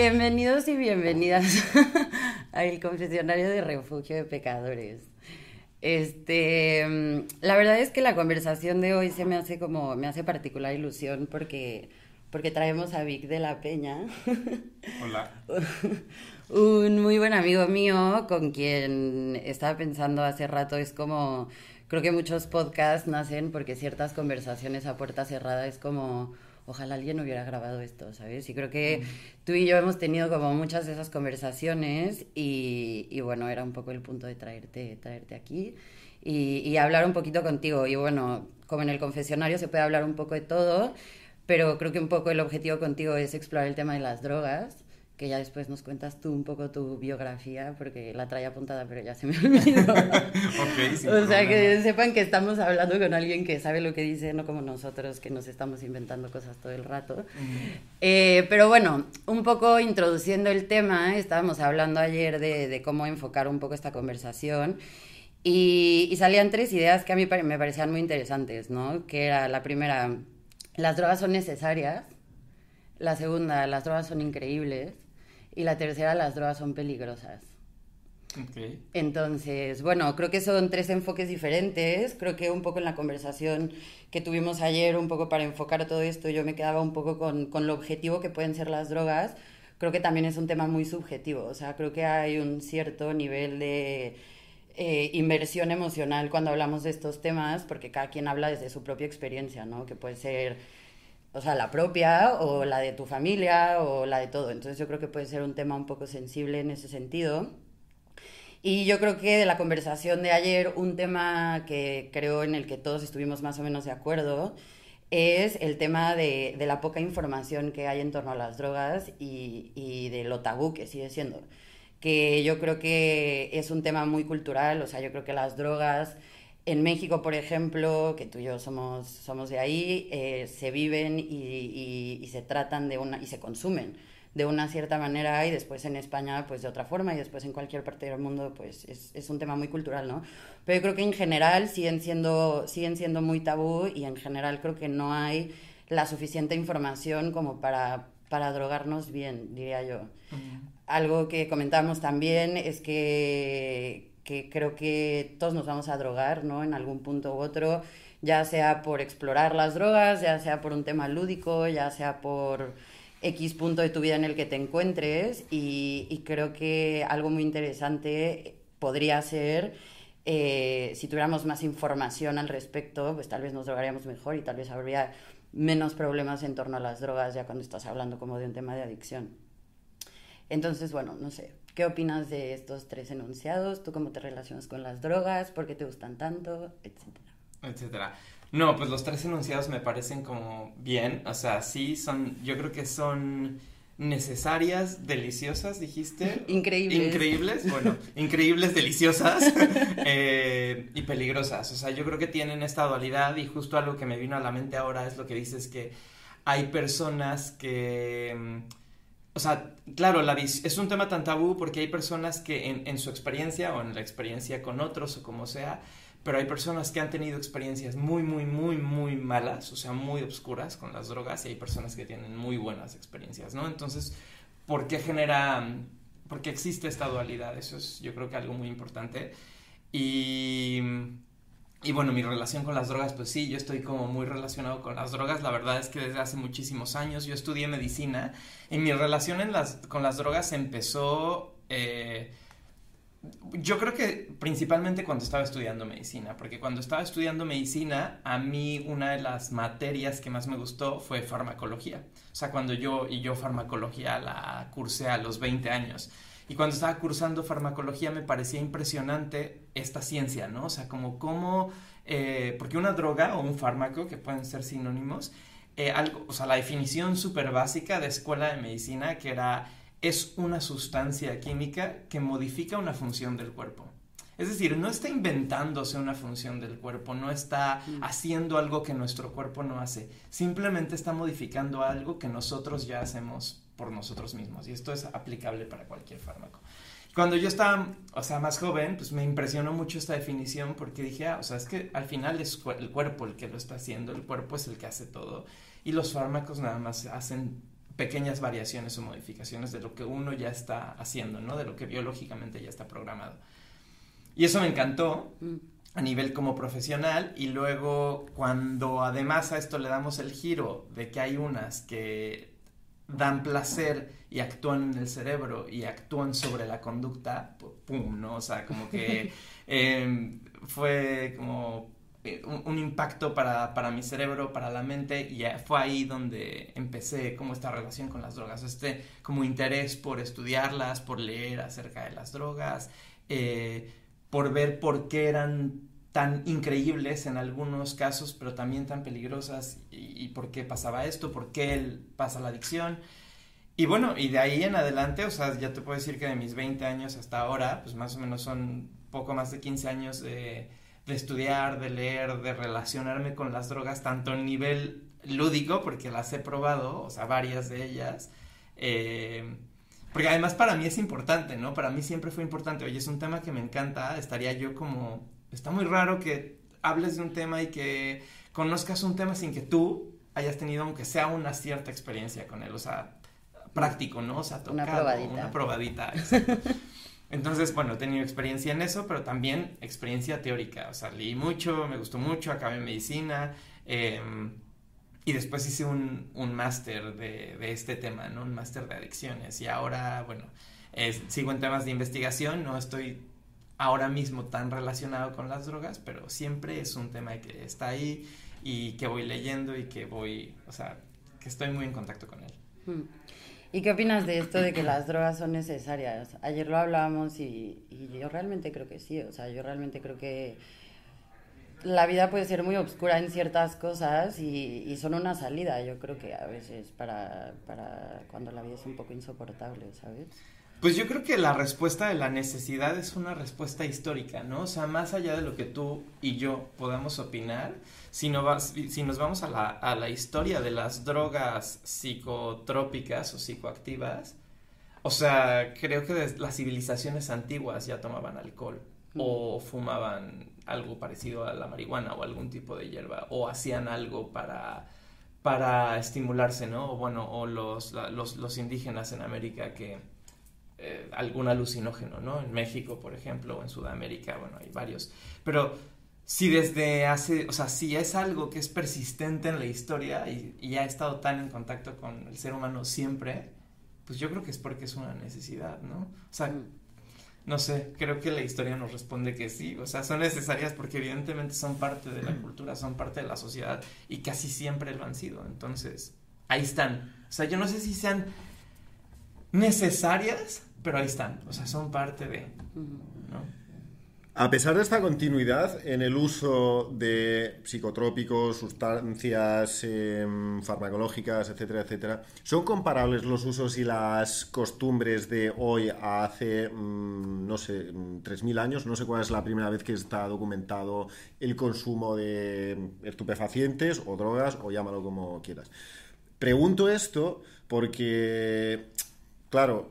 Bienvenidos y bienvenidas al confesionario de refugio de pecadores. La verdad es que la conversación de hoy me hace particular ilusión porque traemos a Vic de la Peña. Hola. Un muy buen amigo mío con quien estaba pensando hace rato. Creo que muchos podcasts nacen porque ciertas conversaciones a puerta cerrada es como, ojalá alguien hubiera grabado esto, ¿sabes? Y creo que tú y yo hemos tenido como muchas de esas conversaciones y bueno, era un poco el punto de traerte aquí y hablar un poquito contigo. Y bueno, como en el confesionario se puede hablar un poco de todo, pero creo que un poco el objetivo contigo es explorar el tema de las drogas, que ya después nos cuentas tú un poco tu biografía, porque la traía apuntada, pero ya se me olvidó. Ok, sin O sea, problema. que sepan que estamos hablando con alguien que sabe lo que dice, no como nosotros, que nos estamos inventando cosas todo el rato. Pero bueno, un poco introduciendo el tema, estábamos hablando ayer de cómo enfocar un poco esta conversación, y salían tres ideas que a mí me parecían muy interesantes, ¿no? Que era la primera, las drogas son necesarias; la segunda, las drogas son increíbles; y la tercera, las drogas son peligrosas. Ok. Entonces, bueno, creo que son tres enfoques diferentes. Creo que un poco en la conversación que tuvimos ayer, un poco para enfocar todo esto, yo me quedaba un poco con lo objetivo que pueden ser las drogas. Creo que también es un tema muy subjetivo. O sea, creo que hay un cierto nivel de inversión emocional cuando hablamos de estos temas, porque cada quien habla desde su propia experiencia, ¿no? Que puede ser, o sea, la propia o la de tu familia o la de todo. Entonces yo creo que puede ser un tema un poco sensible en ese sentido. Y yo creo que de la conversación de ayer, un tema que creo en el que todos estuvimos más o menos de acuerdo es el tema de la poca información que hay en torno a las drogas y de lo tabú que sigue siendo. Que yo creo que es un tema muy cultural. O sea, yo creo que las drogas en México, por ejemplo, que tú y yo somos de ahí, se viven y se tratan y se consumen de una cierta manera, y después en España pues de otra forma, y después en cualquier parte del mundo pues es un tema muy cultural, ¿no? Pero yo creo que en general siguen siendo muy tabú, y en general creo que no hay la suficiente información como para drogarnos bien, diría yo. Algo que comentamos también es que creo que todos nos vamos a drogar, ¿no? En algún punto u otro, ya sea por explorar las drogas, ya sea por un tema lúdico, ya sea por X punto de tu vida en el que te encuentres, y creo que algo muy interesante podría ser, si tuviéramos más información al respecto, pues tal vez nos drogaríamos mejor y tal vez habría menos problemas en torno a las drogas ya cuando estás hablando como de un tema de adicción. Entonces, bueno, no sé, ¿qué opinas de estos tres enunciados? ¿Tú cómo te relacionas con las drogas? ¿Por qué te gustan tanto? Etcétera. Etcétera. No, pues los tres enunciados me parecen como bien, o sea, sí son, yo creo que son necesarias, deliciosas, dijiste. Increíbles. Increíbles, bueno, increíbles, deliciosas y peligrosas. O sea, yo creo que tienen esta dualidad, y justo algo que me vino a la mente ahora es lo que dices, que hay personas que... O sea, claro, es un tema tan tabú porque hay personas que en su experiencia o en la experiencia con otros o como sea, pero hay personas que han tenido experiencias muy, muy, muy, muy malas, o sea, muy oscuras con las drogas, y hay personas que tienen muy buenas experiencias, ¿no? Entonces, ¿por qué por qué existe esta dualidad? Eso es, yo creo que algo muy importante. Y... Y bueno, mi relación con las drogas, pues sí, yo estoy como muy relacionado con las drogas. La verdad es que desde hace muchísimos años yo estudié medicina, y mi relación con las drogas empezó, yo creo que principalmente cuando estaba estudiando medicina, porque cuando estaba estudiando medicina, a mí una de las materias que más me gustó fue farmacología. O sea, yo farmacología la cursé a los 20 años. Y cuando estaba cursando farmacología me parecía impresionante esta ciencia, ¿no? O sea, como cómo, porque una droga o un fármaco, que pueden ser sinónimos, o sea, la definición súper básica de escuela de medicina, que es una sustancia química que modifica una función del cuerpo. Es decir, no está inventándose una función del cuerpo, no está haciendo algo que nuestro cuerpo no hace, simplemente está modificando algo que nosotros ya hacemos por nosotros mismos, y esto es aplicable para cualquier fármaco. Cuando yo estaba, o sea, más joven, pues me impresionó mucho esta definición, porque dije, o sea, es que al final es el cuerpo el que lo está haciendo, el cuerpo es el que hace todo, y los fármacos nada más hacen pequeñas variaciones o modificaciones de lo que uno ya está haciendo, ¿no? De lo que biológicamente ya está programado. Y eso me encantó a nivel como profesional, y luego cuando además a esto le damos el giro de que hay unas que dan placer y actúan en el cerebro y actúan sobre la conducta, pues, ¡pum!, ¿no? O sea, como que fue como un impacto para mi cerebro, para la mente, y fue ahí donde empecé como esta relación con las drogas, como interés por estudiarlas, por leer acerca de las drogas, por ver por qué eran tan increíbles en algunos casos, pero también tan peligrosas, y por qué pasaba esto, por qué pasa la adicción. Y bueno, y de ahí en adelante, o sea, ya te puedo decir que de mis 20 años hasta ahora, pues más o menos son poco más de 15 años de estudiar, de leer, de relacionarme con las drogas, tanto a nivel lúdico, porque las he probado, o sea, varias de ellas, porque además para mí es importante, ¿no? Para mí siempre fue importante. Oye, es un tema que me encanta, estaría yo como... Está muy raro que hables de un tema y que conozcas un tema sin que tú hayas tenido, aunque sea una cierta experiencia con él, o sea, práctico, ¿no? O sea, tocado, una probadita, exacto. Entonces, bueno, he tenido experiencia en eso, pero también experiencia teórica, o sea, leí mucho, me gustó mucho, acabé en medicina, y después hice un máster de este tema, ¿no? Un máster de adicciones, y ahora, bueno, sigo en temas de investigación, no estoy ahora mismo tan relacionado con las drogas, pero siempre es un tema que está ahí y que voy leyendo y que voy, o sea, que estoy muy en contacto con él. ¿Y qué opinas de esto de que las drogas son necesarias? Ayer lo hablábamos y yo realmente creo que sí, o sea, yo realmente creo que la vida puede ser muy oscura en ciertas cosas y son una salida, yo creo que a veces para cuando la vida es un poco insoportable, ¿sabes? Pues yo creo que la respuesta de la necesidad es una respuesta histórica, ¿no? O sea, más allá de lo que tú y yo podamos opinar, si nos vamos a la historia de las drogas psicotrópicas o psicoactivas, o sea, creo que las civilizaciones antiguas ya tomaban alcohol o fumaban algo parecido a la marihuana o algún tipo de hierba, o hacían algo para estimularse, ¿no? O bueno, o los indígenas en América que... algún alucinógeno, ¿no? En México, por ejemplo, o en Sudamérica, bueno, hay varios. Pero si desde hace, o sea, si es algo que es persistente en la historia y ha estado tan en contacto con el ser humano siempre, pues yo creo que es porque es una necesidad, ¿no? O sea, no sé, creo que la historia nos responde que sí, o sea, son necesarias porque evidentemente son parte de la cultura, son parte de la sociedad y casi siempre lo han sido. Entonces, ahí están. O sea, yo no sé si sean necesarias, pero ahí están, o sea, son parte de, ¿no? A pesar de esta continuidad en el uso de psicotrópicos, sustancias farmacológicas, etcétera, etcétera, ¿son comparables los usos y las costumbres de hoy a hace, no sé, 3.000 años? No sé cuál es la primera vez que está documentado el consumo de estupefacientes o drogas, o llámalo como quieras. Pregunto esto porque... Claro,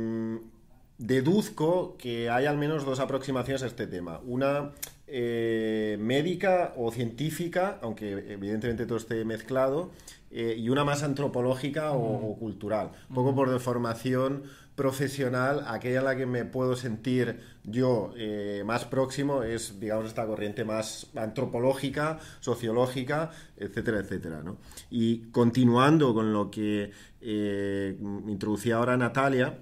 deduzco que hay al menos dos aproximaciones a este tema. Una médica o científica, aunque evidentemente todo esté mezclado, y una más antropológica o cultural. Un poco por deformación profesional, aquella en la que me puedo sentir yo más próximo es, digamos, esta corriente más antropológica, sociológica, etcétera, etcétera, ¿no? Y continuando con lo que introducía ahora Natalia,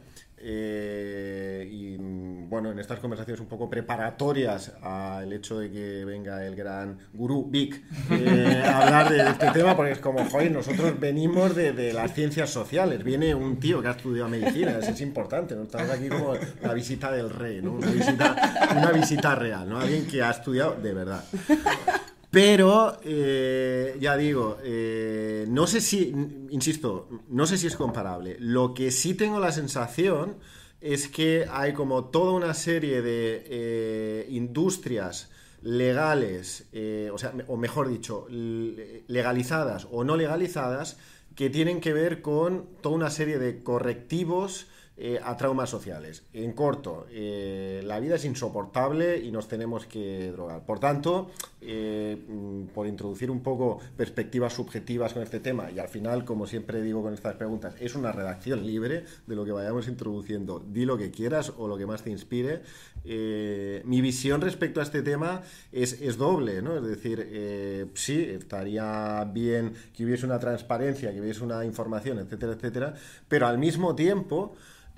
y bueno, en estas conversaciones un poco preparatorias al hecho de que venga el gran gurú Vic a hablar de este tema, porque es como, joder, nosotros venimos de las ciencias sociales, viene un tío que ha estudiado medicina, eso es importante, ¿no? Estamos aquí como la visita del rey, ¿no? Una visita real, ¿no? Alguien que ha estudiado de verdad. Pero, ya digo, no sé si, insisto, no sé si es comparable. Lo que sí tengo la sensación es que hay como toda una serie de industrias legales, o sea, o mejor dicho, legalizadas o no legalizadas, que tienen que ver con toda una serie de correctivos a traumas sociales. En corto, la vida es insoportable y nos tenemos que drogar. Por tanto, por introducir un poco perspectivas subjetivas con este tema, y al final, como siempre digo con estas preguntas, es una redacción libre de lo que vayamos introduciendo. Di lo que quieras o lo que más te inspire. Mi visión respecto a este tema es doble, ¿no? Es decir, sí, estaría bien que hubiese una transparencia, que hubiese una información, etcétera, etcétera, pero al mismo tiempo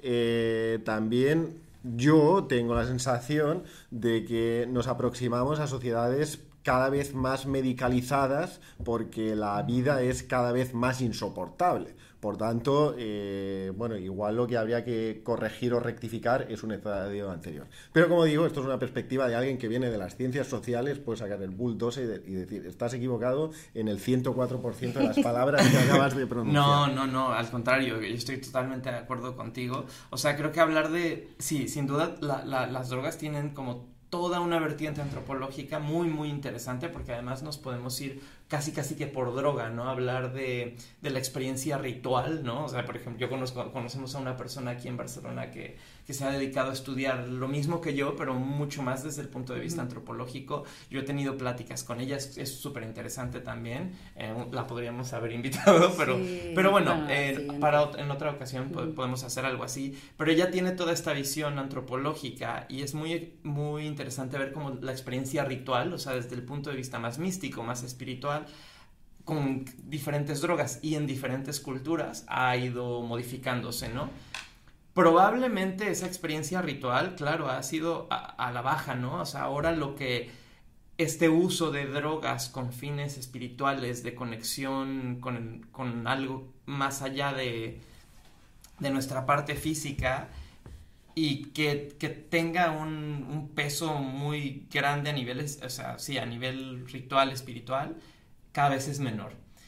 también yo tengo la sensación de que nos aproximamos a sociedades cada vez más medicalizadas porque la vida es cada vez más insoportable. Por tanto, bueno, igual lo que habría que corregir o rectificar es un estadio anterior. Pero como digo, esto es una perspectiva de alguien que viene de las ciencias sociales, puede sacar el bulldozer y decir, estás equivocado en el 104% de las palabras que acabas de pronunciar. No, al contrario, yo estoy totalmente de acuerdo contigo. O sea, creo que hablar de... Sí, sin duda, las drogas tienen como toda una vertiente antropológica muy, muy interesante, porque además nos podemos ir casi que por droga, ¿no? Hablar de la experiencia ritual, ¿no? O sea, por ejemplo, conocemos a una persona aquí en Barcelona que se ha dedicado a estudiar lo mismo que yo, pero mucho más desde el punto de vista antropológico. Yo he tenido pláticas con ella, es súper interesante también, la podríamos haber invitado, pero bueno, en otra ocasión podemos hacer algo así, pero ella tiene toda esta visión antropológica y es muy, muy interesante ver cómo la experiencia ritual, o sea, desde el punto de vista más místico, más espiritual, con diferentes drogas y en diferentes culturas ha ido modificándose, ¿no? Probablemente esa experiencia ritual, claro, ha sido a la baja, ¿no? O sea, ahora lo que este uso de drogas con fines espirituales, de conexión con algo más allá de nuestra parte física y que tenga un peso muy grande a niveles, o sea, sí, a nivel ritual, espiritual, cada vez es menor.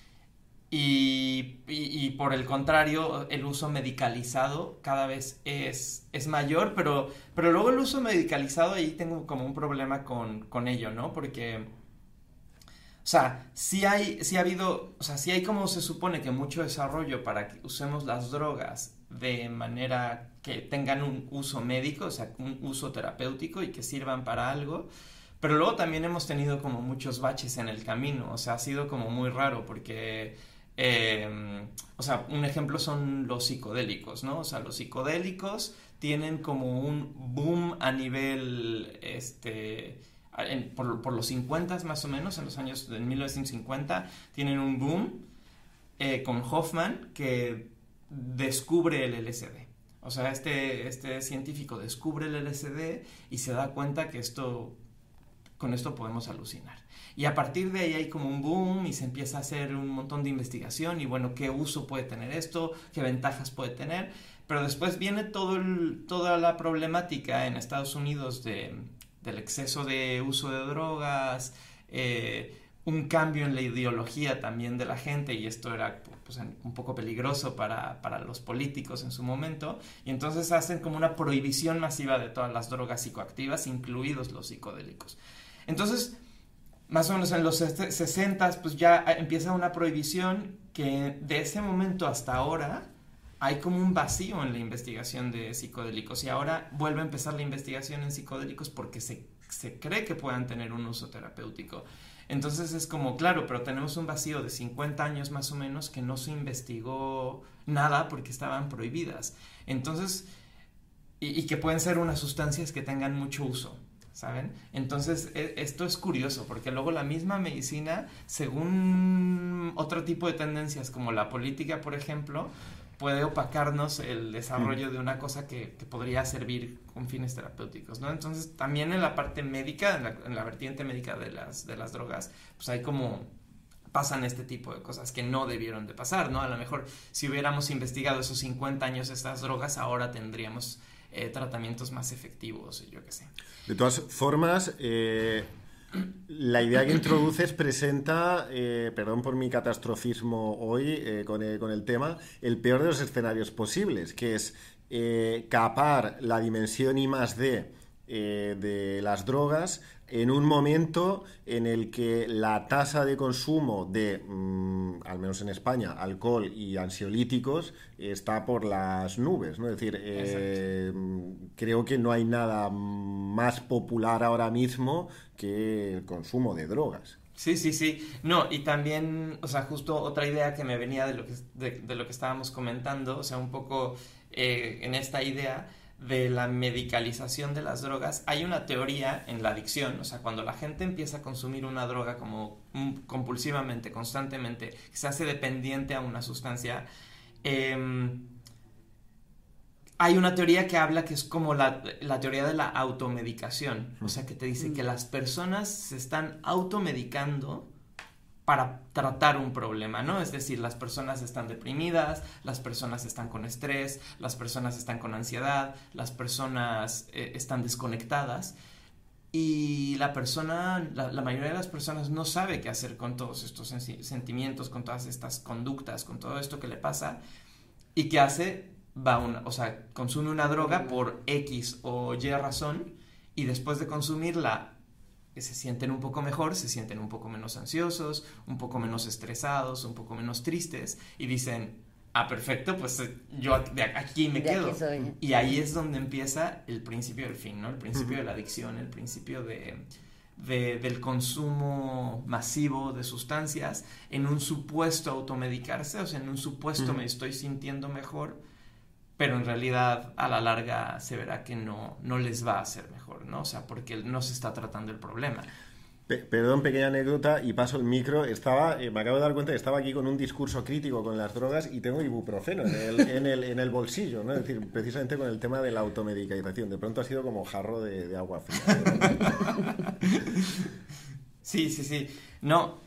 Y por el contrario, el uso medicalizado cada vez es mayor, pero luego el uso medicalizado, ahí tengo como un problema con ello, ¿no? Porque, o sea, sí ha habido, o sea, sí hay como se supone que mucho desarrollo para que usemos las drogas de manera que tengan un uso médico, o sea, un uso terapéutico y que sirvan para algo. Pero luego también hemos tenido como muchos baches en el camino, o sea, ha sido como muy raro porque, o sea, un ejemplo son los psicodélicos, ¿no? O sea, los psicodélicos tienen como un boom a nivel, por los 50 más o menos, en los años de 1950, tienen un boom con Hoffman que descubre el LSD. O sea, este científico descubre el LSD y se da cuenta que con esto podemos alucinar. Y a partir de ahí hay como un boom y se empieza a hacer un montón de investigación y bueno, qué uso puede tener esto, qué ventajas puede tener. Pero después viene toda la problemática en Estados Unidos del exceso de uso de drogas, un cambio en la ideología también de la gente, y esto era pues, un poco peligroso para los políticos en su momento, y entonces hacen como una prohibición masiva de todas las drogas psicoactivas, incluidos los psicodélicos. Entonces, más o menos en los 60 pues ya empieza una prohibición que de ese momento hasta ahora hay como un vacío en la investigación de psicodélicos, y ahora vuelve a empezar la investigación en psicodélicos porque se cree que puedan tener un uso terapéutico. Entonces es como, claro, pero tenemos un vacío de 50 años más o menos que no se investigó nada porque estaban prohibidas. Entonces, y que pueden ser unas sustancias que tengan mucho uso, ¿saben? Entonces, esto es curioso, porque luego la misma medicina, según otro tipo de tendencias como la política, por ejemplo, puede opacarnos el desarrollo de una cosa que podría servir con fines terapéuticos, ¿no? Entonces, también en la parte médica, en la vertiente médica de las drogas, pues hay como pasan este tipo de cosas que no debieron de pasar, ¿no? A lo mejor si hubiéramos investigado esos 50 años estas drogas, ahora tendríamos tratamientos más efectivos, yo qué sé. De todas formas, la idea que introduces presenta, perdón por mi catastrofismo hoy con el tema, el peor de los escenarios posibles, que es capar la dimensión I+D de las drogas en un momento en el que la tasa de consumo de, al menos en España, alcohol y ansiolíticos está por las nubes, ¿no? Es decir, creo que no hay nada más popular ahora mismo que el consumo de drogas. Sí, sí, sí. No, y también, o sea, justo otra idea que me venía de lo que estábamos comentando, o sea, un poco en esta idea de la medicalización de las drogas, hay una teoría en la adicción, o sea, cuando la gente empieza a consumir una droga como compulsivamente, constantemente, que se hace dependiente a una sustancia, hay una teoría que habla que es como la teoría de la automedicación, o sea, que te dice que las personas se están automedicando para tratar un problema, ¿no? Es decir, las personas están deprimidas, las personas están con estrés, las personas están con ansiedad, las personas están desconectadas y la mayoría de las personas no sabe qué hacer con todos estos sentimientos, con todas estas conductas, con todo esto que le pasa y qué hace, consume una droga por X o Y razón y después de consumirla se sienten un poco mejor, se sienten un poco menos ansiosos, un poco menos estresados, un poco menos tristes y dicen, perfecto, pues yo de aquí me quedo. Y ahí es donde empieza el principio del fin, ¿no? El principio de la adicción, el principio del consumo masivo de sustancias en un supuesto automedicarse, o sea, en un supuesto me estoy sintiendo mejor, pero en realidad a la larga se verá que no les va a hacer mejor, ¿no? O sea, porque no se está tratando el problema. Perdón, pequeña anécdota y paso el micro. Me acabo de dar cuenta que estaba aquí con un discurso crítico con las drogas y tengo ibuprofeno en el bolsillo, ¿no? Es decir, precisamente con el tema de la automedicación. De pronto ha sido como jarro de agua fría. Sí, sí, sí. No,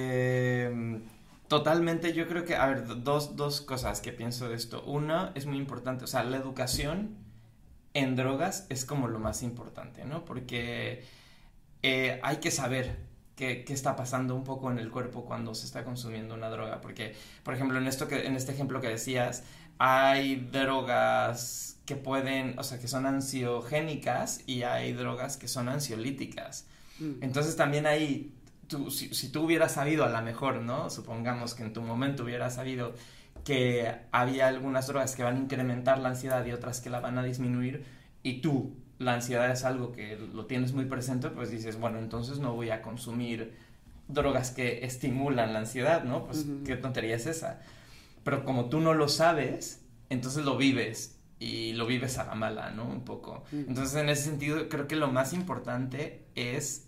totalmente, yo creo que, a ver, dos cosas que pienso de esto. Una, es muy importante, o sea, la educación en drogas es como lo más importante, ¿no? Porque hay que saber qué está pasando un poco en el cuerpo cuando se está consumiendo una droga. Porque, por ejemplo, en este ejemplo que decías, hay drogas que pueden, o sea, que son ansiogénicas y hay drogas que son ansiolíticas. Entonces también hay... Si tú hubieras sabido a lo mejor, ¿no? Supongamos que en tu momento hubieras sabido que había algunas drogas que van a incrementar la ansiedad y otras que la van a disminuir y la ansiedad es algo que lo tienes muy presente, pues dices, bueno, entonces no voy a consumir drogas que estimulan la ansiedad, ¿no? Pues qué tontería es esa. Pero como tú no lo sabes, entonces lo vives y lo vives a la mala, ¿no? Un poco. Entonces en ese sentido creo que lo más importante es...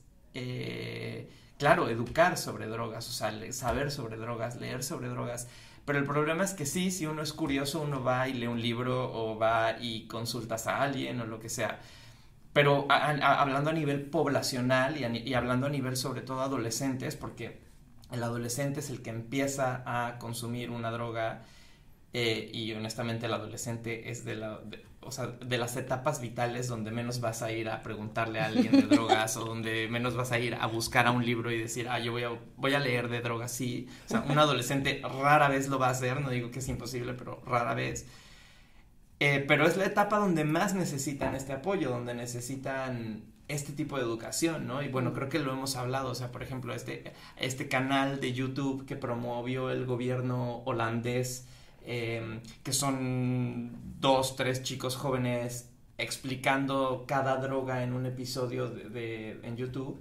claro, educar sobre drogas, o sea, saber sobre drogas, leer sobre drogas, pero el problema es que sí, si uno es curioso, uno va y lee un libro o va y consultas a alguien o lo que sea, pero hablando a nivel poblacional y hablando a nivel sobre todo adolescentes, porque el adolescente es el que empieza a consumir una droga y honestamente el adolescente es de las etapas vitales donde menos vas a ir a preguntarle a alguien de drogas o donde menos vas a ir a buscar a un libro y decir, yo voy a leer de drogas, sí. O sea, un adolescente rara vez lo va a hacer, no digo que es imposible, pero rara vez. Pero es la etapa donde más necesitan este apoyo, donde necesitan este tipo de educación, ¿no? Y bueno, creo que lo hemos hablado, o sea, por ejemplo, este canal de YouTube que promovió el gobierno holandés, que son 2-3 chicos jóvenes explicando cada droga en un episodio en YouTube,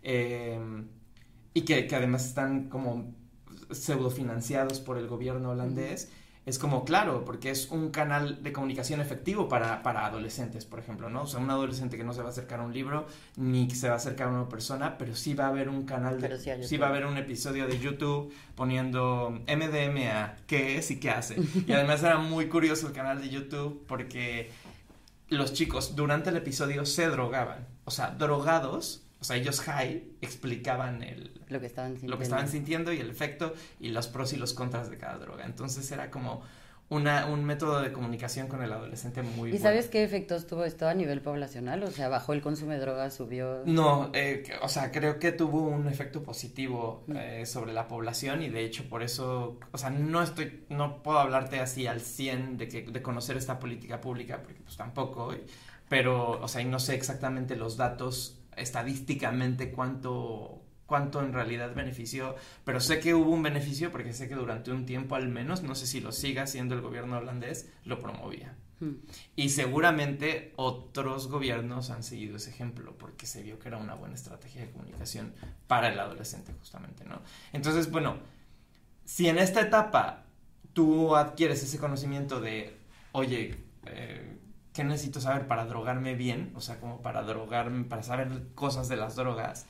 y que además están como pseudofinanciados por el gobierno holandés. Es como, claro, porque es un canal de comunicación efectivo para adolescentes, por ejemplo, ¿no? O sea, un adolescente que no se va a acercar a un libro, ni se va a acercar a una persona, pero sí va a haber un canal, sí va a haber un episodio de YouTube poniendo MDMA, qué es y qué hace. Y además era muy curioso el canal de YouTube porque los chicos durante el episodio se drogaban, o sea, drogados. O sea, ellos high explicaban lo que estaban sintiendo y el efecto y los pros y los contras de cada droga. Entonces era como un método de comunicación con el adolescente muy bueno. ¿Y sabes qué efectos tuvo esto a nivel poblacional? O sea, ¿bajó el consumo de drogas, subió? No, o sea, creo que tuvo un efecto positivo sobre la población y de hecho por eso, o sea, no puedo hablarte así al 100 de conocer esta política pública porque pues tampoco... pero, o sea, y no sé exactamente los datos estadísticamente cuánto en realidad benefició, pero sé que hubo un beneficio porque sé que durante un tiempo al menos, no sé si lo siga haciendo el gobierno holandés, lo promovía. Y seguramente otros gobiernos han seguido ese ejemplo porque se vio que era una buena estrategia de comunicación para el adolescente justamente, ¿no? Entonces, bueno, si en esta etapa tú adquieres ese conocimiento de, oye, ¿qué necesito saber para drogarme bien? O sea, como para drogarme, para saber cosas de las drogas,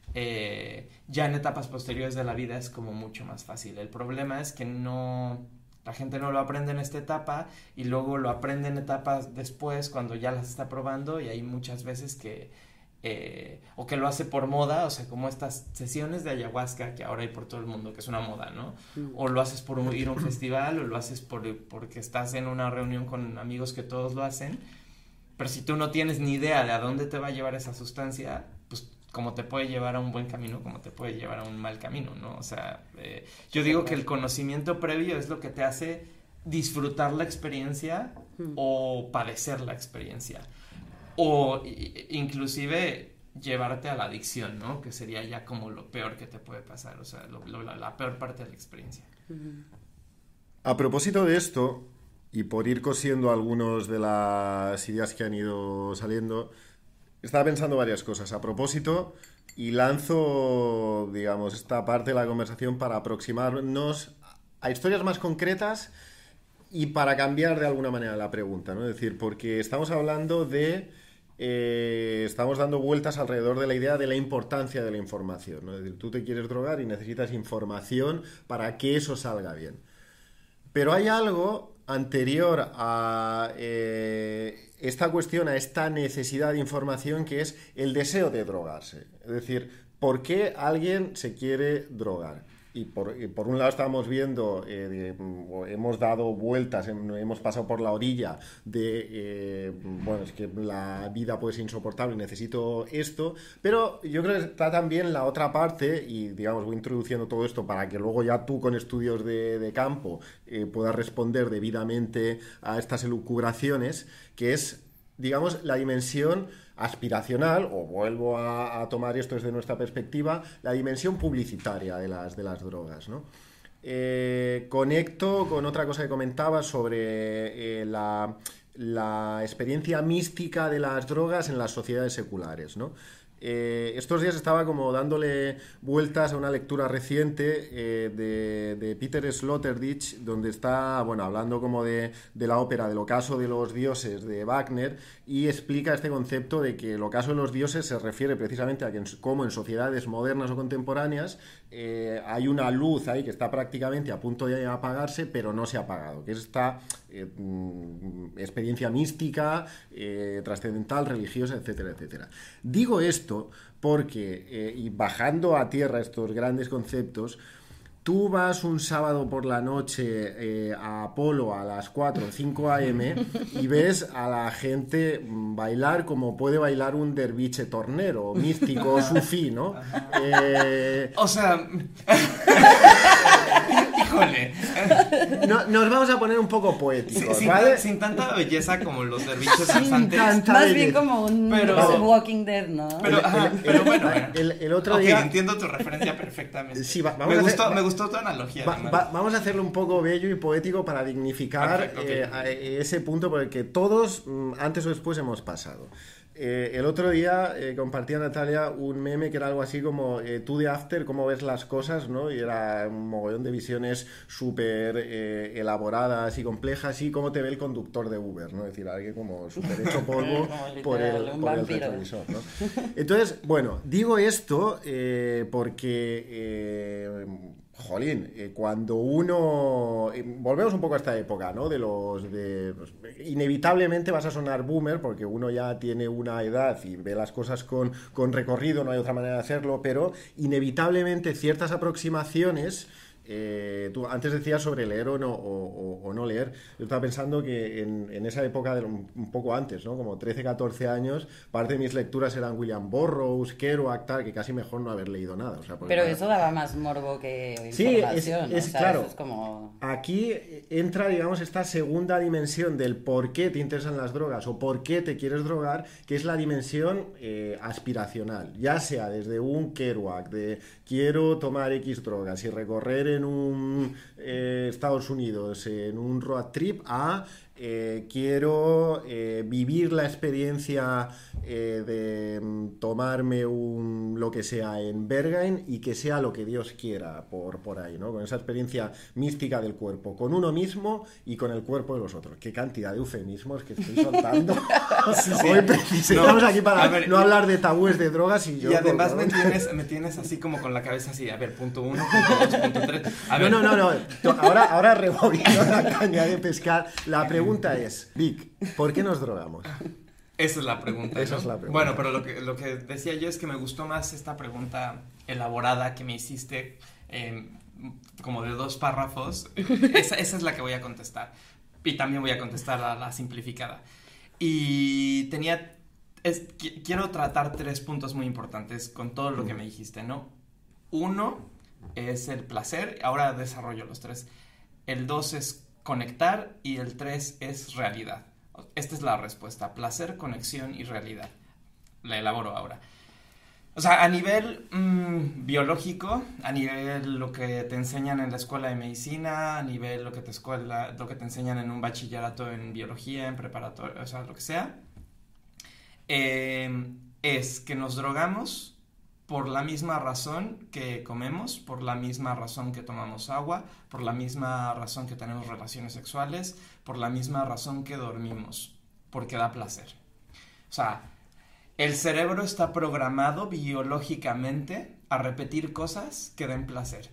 ya en etapas posteriores de la vida es como mucho más fácil. El problema es que la gente no lo aprende en esta etapa y luego lo aprende en etapas después cuando ya las está probando, y hay muchas veces que o que lo hace por moda, o sea, como estas sesiones de ayahuasca que ahora hay por todo el mundo, que es una moda, ¿no? O lo haces por ir a un festival, o lo haces porque estás en una reunión con amigos que todos lo hacen, pero si tú no tienes ni idea de a dónde te va a llevar esa sustancia, pues como te puede llevar a un buen camino, como te puede llevar a un mal camino, ¿no? O sea, yo digo que el conocimiento previo es lo que te hace disfrutar la experiencia o padecer la experiencia. O inclusive llevarte a la adicción, ¿no? Que sería ya como lo peor que te puede pasar, o sea, la peor parte de la experiencia. A propósito de esto, y por ir cosiendo algunas de las ideas que han ido saliendo, estaba pensando varias cosas a propósito y lanzo, digamos, esta parte de la conversación para aproximarnos a historias más concretas y para cambiar de alguna manera la pregunta, ¿no? Es decir, porque estamos hablando de... estamos dando vueltas alrededor de la idea de la importancia de la información, ¿no? Es decir, tú te quieres drogar y necesitas información para que eso salga bien. Pero hay algo anterior a esta cuestión, a esta necesidad de información, que es el deseo de drogarse. Es decir, ¿por qué alguien se quiere drogar? Y por un lado estamos viendo, hemos dado vueltas, hemos pasado por la orilla de, bueno, es que la vida puede ser insoportable, necesito esto, pero yo creo que está también la otra parte, y digamos voy introduciendo todo esto para que luego ya tú con estudios de campo puedas responder debidamente a estas elucubraciones, que es, digamos, la dimensión aspiracional, o vuelvo a tomar esto desde nuestra perspectiva, la dimensión publicitaria de las drogas, ¿no? Conecto con otra cosa que comentaba sobre la experiencia mística de las drogas en las sociedades seculares, ¿no? Estos días estaba como dándole vueltas a una lectura reciente de Peter Sloterdijk, donde está, bueno, hablando como de la ópera del ocaso de los dioses de Wagner, y explica este concepto de que el ocaso de los dioses se refiere precisamente a que como en sociedades modernas o contemporáneas hay una luz ahí que está prácticamente a punto de apagarse, pero no se ha apagado, que es esta experiencia mística, trascendental, religiosa, etcétera, etcétera. Digo esto porque, y bajando a tierra estos grandes conceptos, tú vas un sábado por la noche a Apolo a las 4 o 5 a.m. y ves a la gente bailar como puede bailar un derviche tornero, místico, sufí, ¿no? O sea... Híjole. No, nos vamos a poner un poco poéticos, ¿vale? Sin tanta belleza como los derviches danzantes. Más bien como un Walking Dead, ¿no? Pero bueno. El otro día... entiendo tu referencia perfectamente. Sí, me gustó tu analogía. Vamos a hacerlo un poco bello y poético para dignificar ese punto por el que todos, antes o después, hemos pasado. El otro día compartía Natalia un meme que era algo así como tú de After, cómo ves las cosas, ¿no? Y era un mogollón de visiones súper elaboradas y complejas, y cómo te ve el conductor de Uber, ¿no? Es decir, alguien como súper hecho polvo por el retrovisor, ¿no? Entonces, bueno, digo esto porque... jolín, cuando uno... volvemos un poco a esta época, ¿no? Inevitablemente vas a sonar boomer porque uno ya tiene una edad y ve las cosas con recorrido, no hay otra manera de hacerlo, pero inevitablemente ciertas aproximaciones tú antes decías sobre leer o no leer. Yo estaba pensando que en esa época, un poco antes, ¿no? Como 13, 14 años, parte de mis lecturas eran William Burroughs, Kerouac, tal, que casi mejor no haber leído nada. O sea, pero eso daba más morbo que información. Sí, es claro. Eso es como... Aquí entra, digamos, esta segunda dimensión del por qué te interesan las drogas o por qué te quieres drogar, que es la dimensión aspiracional. Ya sea desde un Kerouac, de quiero tomar X drogas y recorrer en un Estados Unidos en un road trip, a quiero vivir la experiencia de tomarme lo que sea en Berghain y que sea lo que Dios quiera por ahí, ¿no? Con esa experiencia mística del cuerpo, con uno mismo y con el cuerpo de los otros. Qué cantidad de eufemismos que estoy soltando. Sí. Hoy estamos aquí para no hablar de tabúes de drogas y además me tienes así como con la cabeza así, a ver, punto 1, punto 2, punto 3. No. Ahora rebobino la caña de pescar. La pregunta es, Vic, ¿por qué nos drogamos? Esa es la pregunta, ¿no? Esa es la pregunta. Bueno, pero lo que decía yo es que me gustó más esta pregunta elaborada que me hiciste, como de 2 párrafos. Esa es la que voy a contestar. Y también voy a contestar la simplificada. Y quiero tratar 3 puntos muy importantes con todo lo que me dijiste, ¿no? 1 es el placer, ahora desarrollo los 3. El 2 es conectar y el 3 es realidad. Esta es la respuesta: placer, conexión y realidad. La elaboro ahora. O sea, a nivel biológico, a nivel lo que te enseñan en la escuela de medicina, a nivel lo que te enseñan en un bachillerato en biología, en preparatoria, o sea, lo que sea, es que nos drogamos por la misma razón que comemos, por la misma razón que tomamos agua, por la misma razón que tenemos relaciones sexuales, por la misma razón que dormimos, porque da placer. O sea, el cerebro está programado biológicamente a repetir cosas que den placer.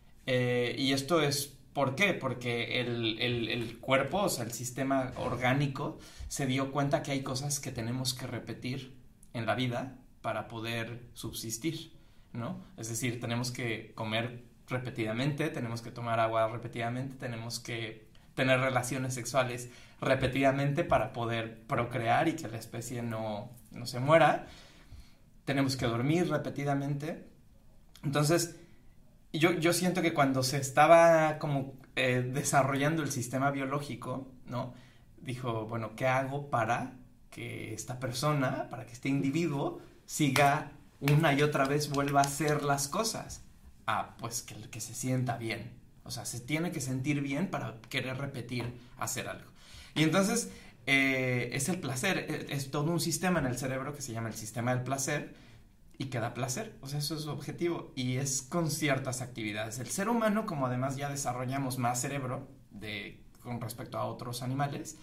Y esto es, ¿por qué? Porque el cuerpo, o sea, el sistema orgánico, se dio cuenta que hay cosas que tenemos que repetir en la vida para poder subsistir, ¿no? Es decir, tenemos que comer repetidamente, tenemos que tomar agua repetidamente, tenemos que tener relaciones sexuales repetidamente para poder procrear y que la especie no se muera. Tenemos que dormir repetidamente. Entonces, yo siento que cuando se estaba como desarrollando el sistema biológico, ¿no? Dijo, bueno, ¿qué hago para que esta persona, para que este individuo siga una y otra vez, vuelva a hacer las cosas? Pues que se sienta bien. O sea, se tiene que sentir bien para querer repetir hacer algo. Y entonces es el placer, es todo un sistema en el cerebro que se llama el sistema del placer y que da placer. O sea, eso es su objetivo y es con ciertas actividades. El ser humano, como además ya desarrollamos más cerebro con respecto a otros animales,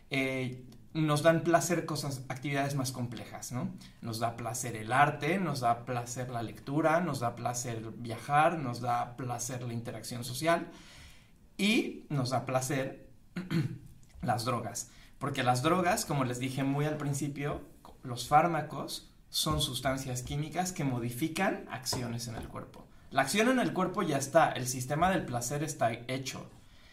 nos dan placer actividades más complejas, ¿no? Nos da placer el arte, nos da placer la lectura, nos da placer viajar, nos da placer la interacción social y nos da placer las drogas. Porque las drogas, como les dije muy al principio, los fármacos son sustancias químicas que modifican acciones en el cuerpo. La acción en el cuerpo ya está, el sistema del placer está hecho.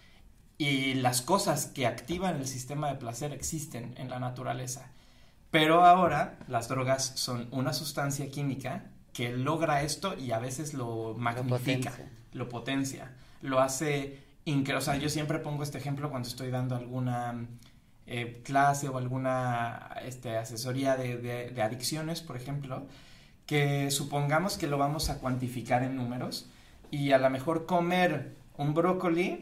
Y las cosas que activan el sistema de placer existen en la naturaleza. Pero ahora las drogas son una sustancia química que logra esto y a veces lo magnifica, lo potencia, lo hace increíble. O sea, yo siempre pongo este ejemplo cuando estoy dando alguna clase o alguna asesoría de adicciones, por ejemplo, que supongamos que lo vamos a cuantificar en números y a lo mejor comer un brócoli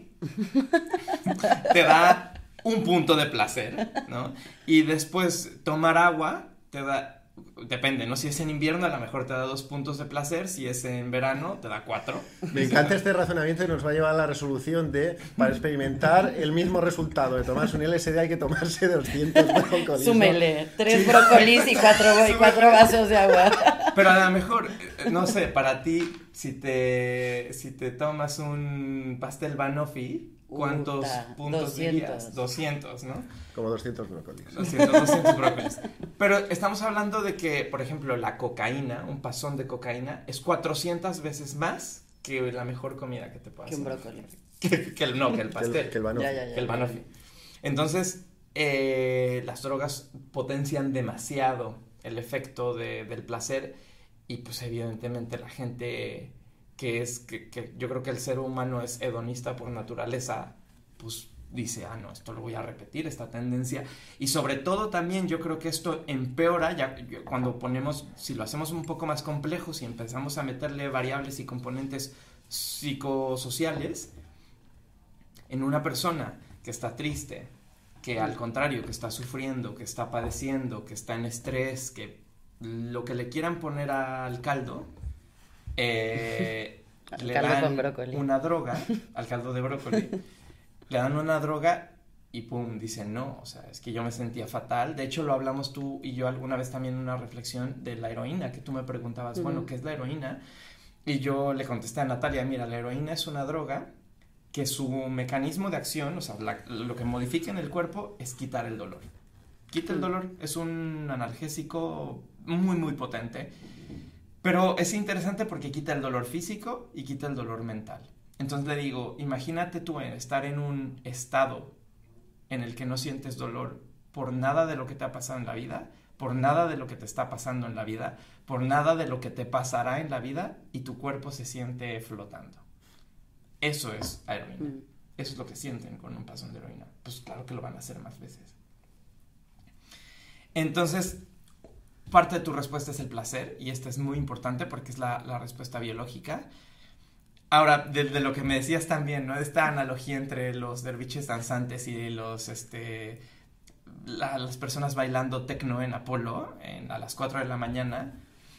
te da un punto de placer, ¿no? Y después tomar agua te da, depende, ¿no? Si es en invierno a lo mejor te da 2 puntos de placer, si es en verano te da 4. Me encanta este razonamiento y nos va a llevar a la resolución para experimentar el mismo resultado de tomarse un LSD hay que tomarse 200 brócolis. Súmele, 3 brócolis y 4 vasos de agua. Pero a lo mejor, no sé, para ti, si te tomas un pastel banoffee, ¿cuántos puntos 200. Dirías? 200, ¿no? Como 200 brócolis. 200 brócolis. Pero estamos hablando de que, por ejemplo, la cocaína, un pasón de cocaína, es 400 veces más que la mejor comida que te puedas Que un hacer. brócoli. Que el pastel. Que el banoffee. Ya. Que el banoffee. Entonces, las drogas potencian demasiado el efecto del placer y pues evidentemente la gente que yo creo que el ser humano es hedonista por naturaleza, pues dice, no, esto lo voy a repetir, esta tendencia. Y sobre todo también yo creo que esto empeora cuando si lo hacemos un poco más complejo, si empezamos a meterle variables y componentes psicosociales en una persona que está triste, que al contrario, que está sufriendo, que está padeciendo, que está en estrés, que lo que le quieran poner al caldo, le dan una droga, al caldo de brócoli, le dan una droga y pum, dicen no, o sea, es que yo me sentía fatal. De hecho, lo hablamos tú y yo alguna vez también en una reflexión de la heroína, que tú me preguntabas, bueno, ¿qué es la heroína? Y yo le contesté a Natalia, mira, la heroína es una droga que su mecanismo de acción, o sea, lo que modifica en el cuerpo es quitar el dolor. Quita el dolor, es un analgésico muy, muy potente. Pero es interesante porque quita el dolor físico y quita el dolor mental. Entonces le digo, imagínate tú estar en un estado en el que no sientes dolor por nada de lo que te ha pasado en la vida, por nada de lo que te está pasando en la vida, por nada de lo que te pasará en la vida y tu cuerpo se siente flotando. Eso es la heroína. Eso es lo que sienten con un pasón de heroína. Pues claro que lo van a hacer más veces. Entonces, parte de tu respuesta es el placer, y esta es muy importante porque es la respuesta biológica. Ahora, de lo que me decías también, ¿no? Esta analogía entre los derviches danzantes y las personas bailando tecno en Apolo a las 4 de la mañana.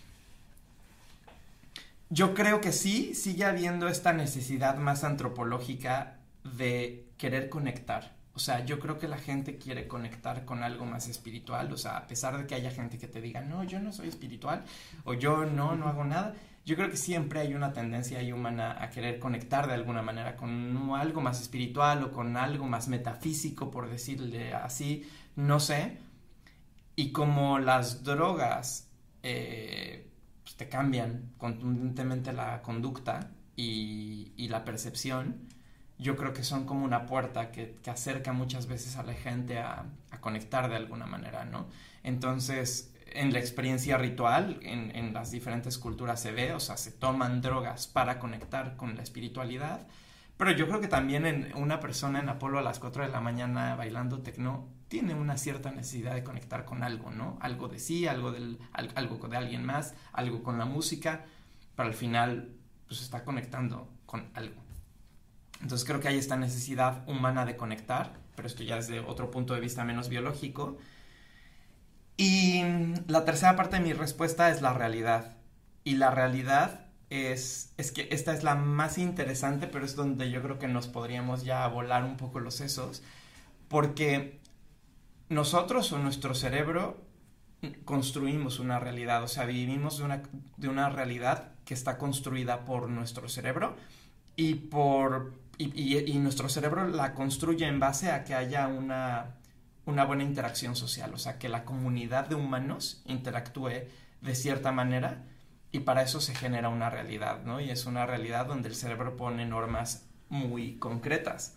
Yo creo que sí, sigue habiendo esta necesidad más antropológica de querer conectar. O sea, yo creo que la gente quiere conectar con algo más espiritual. O sea, a pesar de que haya gente que te diga, no, yo no soy espiritual, o yo no hago nada, yo creo que siempre hay una tendencia ahí humana a querer conectar de alguna manera con algo más espiritual o con algo más metafísico, por decirle así, no sé. Y como las drogas te cambian contundentemente la conducta y la percepción, yo creo que son como una puerta que acerca muchas veces a la gente a conectar de alguna manera, ¿no? Entonces, en la experiencia ritual, en las diferentes culturas se ve, o sea, se toman drogas para conectar con la espiritualidad, pero yo creo que también en una persona en Apolo a las 4 de la mañana bailando tecno tiene una cierta necesidad de conectar con algo, ¿no? Algo de sí, algo de alguien más, algo con la música, pero al final pues está conectando con algo. Entonces creo que hay esta necesidad humana de conectar, pero esto ya desde otro punto de vista menos biológico. Y la tercera parte de mi respuesta es la realidad. Y la realidad es que esta es la más interesante, pero es donde yo creo que nos podríamos ya volar un poco los sesos, porque nosotros o nuestro cerebro construimos una realidad, o sea, vivimos de una realidad que está construida por nuestro cerebro y nuestro cerebro la construye en base a que haya una buena interacción social, o sea, que la comunidad de humanos interactúe de cierta manera, y para eso se genera una realidad, ¿no? Y es una realidad donde el cerebro pone normas muy concretas.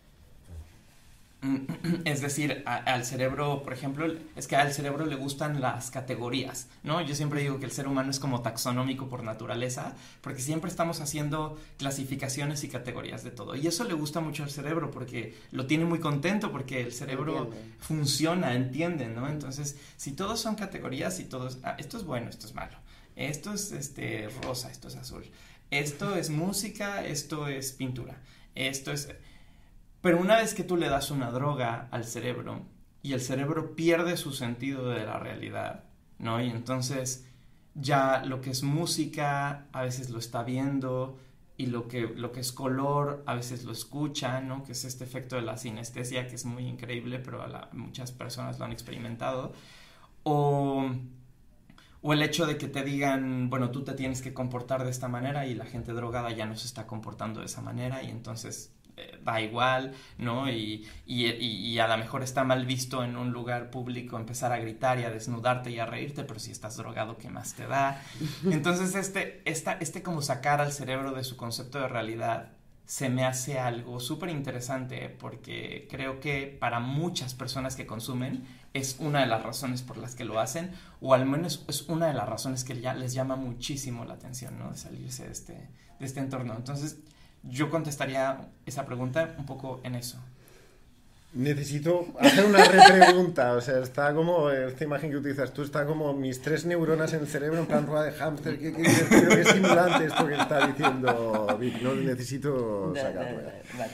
Es decir, al cerebro, por ejemplo, es que al cerebro le gustan las categorías, ¿no? Yo siempre digo que el ser humano es como taxonómico por naturaleza, porque siempre estamos haciendo clasificaciones y categorías de todo. Y eso le gusta mucho al cerebro porque lo tiene muy contento, porque el cerebro funciona, entiende, ¿no? Entonces, si todos son categorías y todos, esto es bueno, esto es malo, esto es rosa, esto es azul, esto es música, esto es pintura, esto es... Pero una vez que tú le das una droga al cerebro y el cerebro pierde su sentido de la realidad, ¿no? Y entonces ya lo que es música a veces lo está viendo, y lo que es color a veces lo escucha, ¿no? Que es este efecto de la sinestesia que es muy increíble, pero muchas personas lo han experimentado. O el hecho de que te digan, bueno, tú te tienes que comportar de esta manera, y la gente drogada ya no se está comportando de esa manera, y entonces da igual, ¿no? Y a lo mejor está mal visto en un lugar público empezar a gritar y a desnudarte y a reírte, pero si estás drogado, ¿qué más te da? Entonces este como sacar al cerebro de su concepto de realidad se me hace algo súper interesante, porque creo que para muchas personas que consumen es una de las razones por las que lo hacen, o al menos es una de las razones que ya les llama muchísimo la atención, ¿no? De salirse de este entorno. Entonces yo contestaría esa pregunta un poco en eso. Necesito hacer una repregunta, o sea, está como, esta imagen que utilizas tú, está como mis 3 neuronas en el cerebro en plan rueda de hámster, qué estimulante esto que está diciendo Vic, no necesito sacarlo. Vale.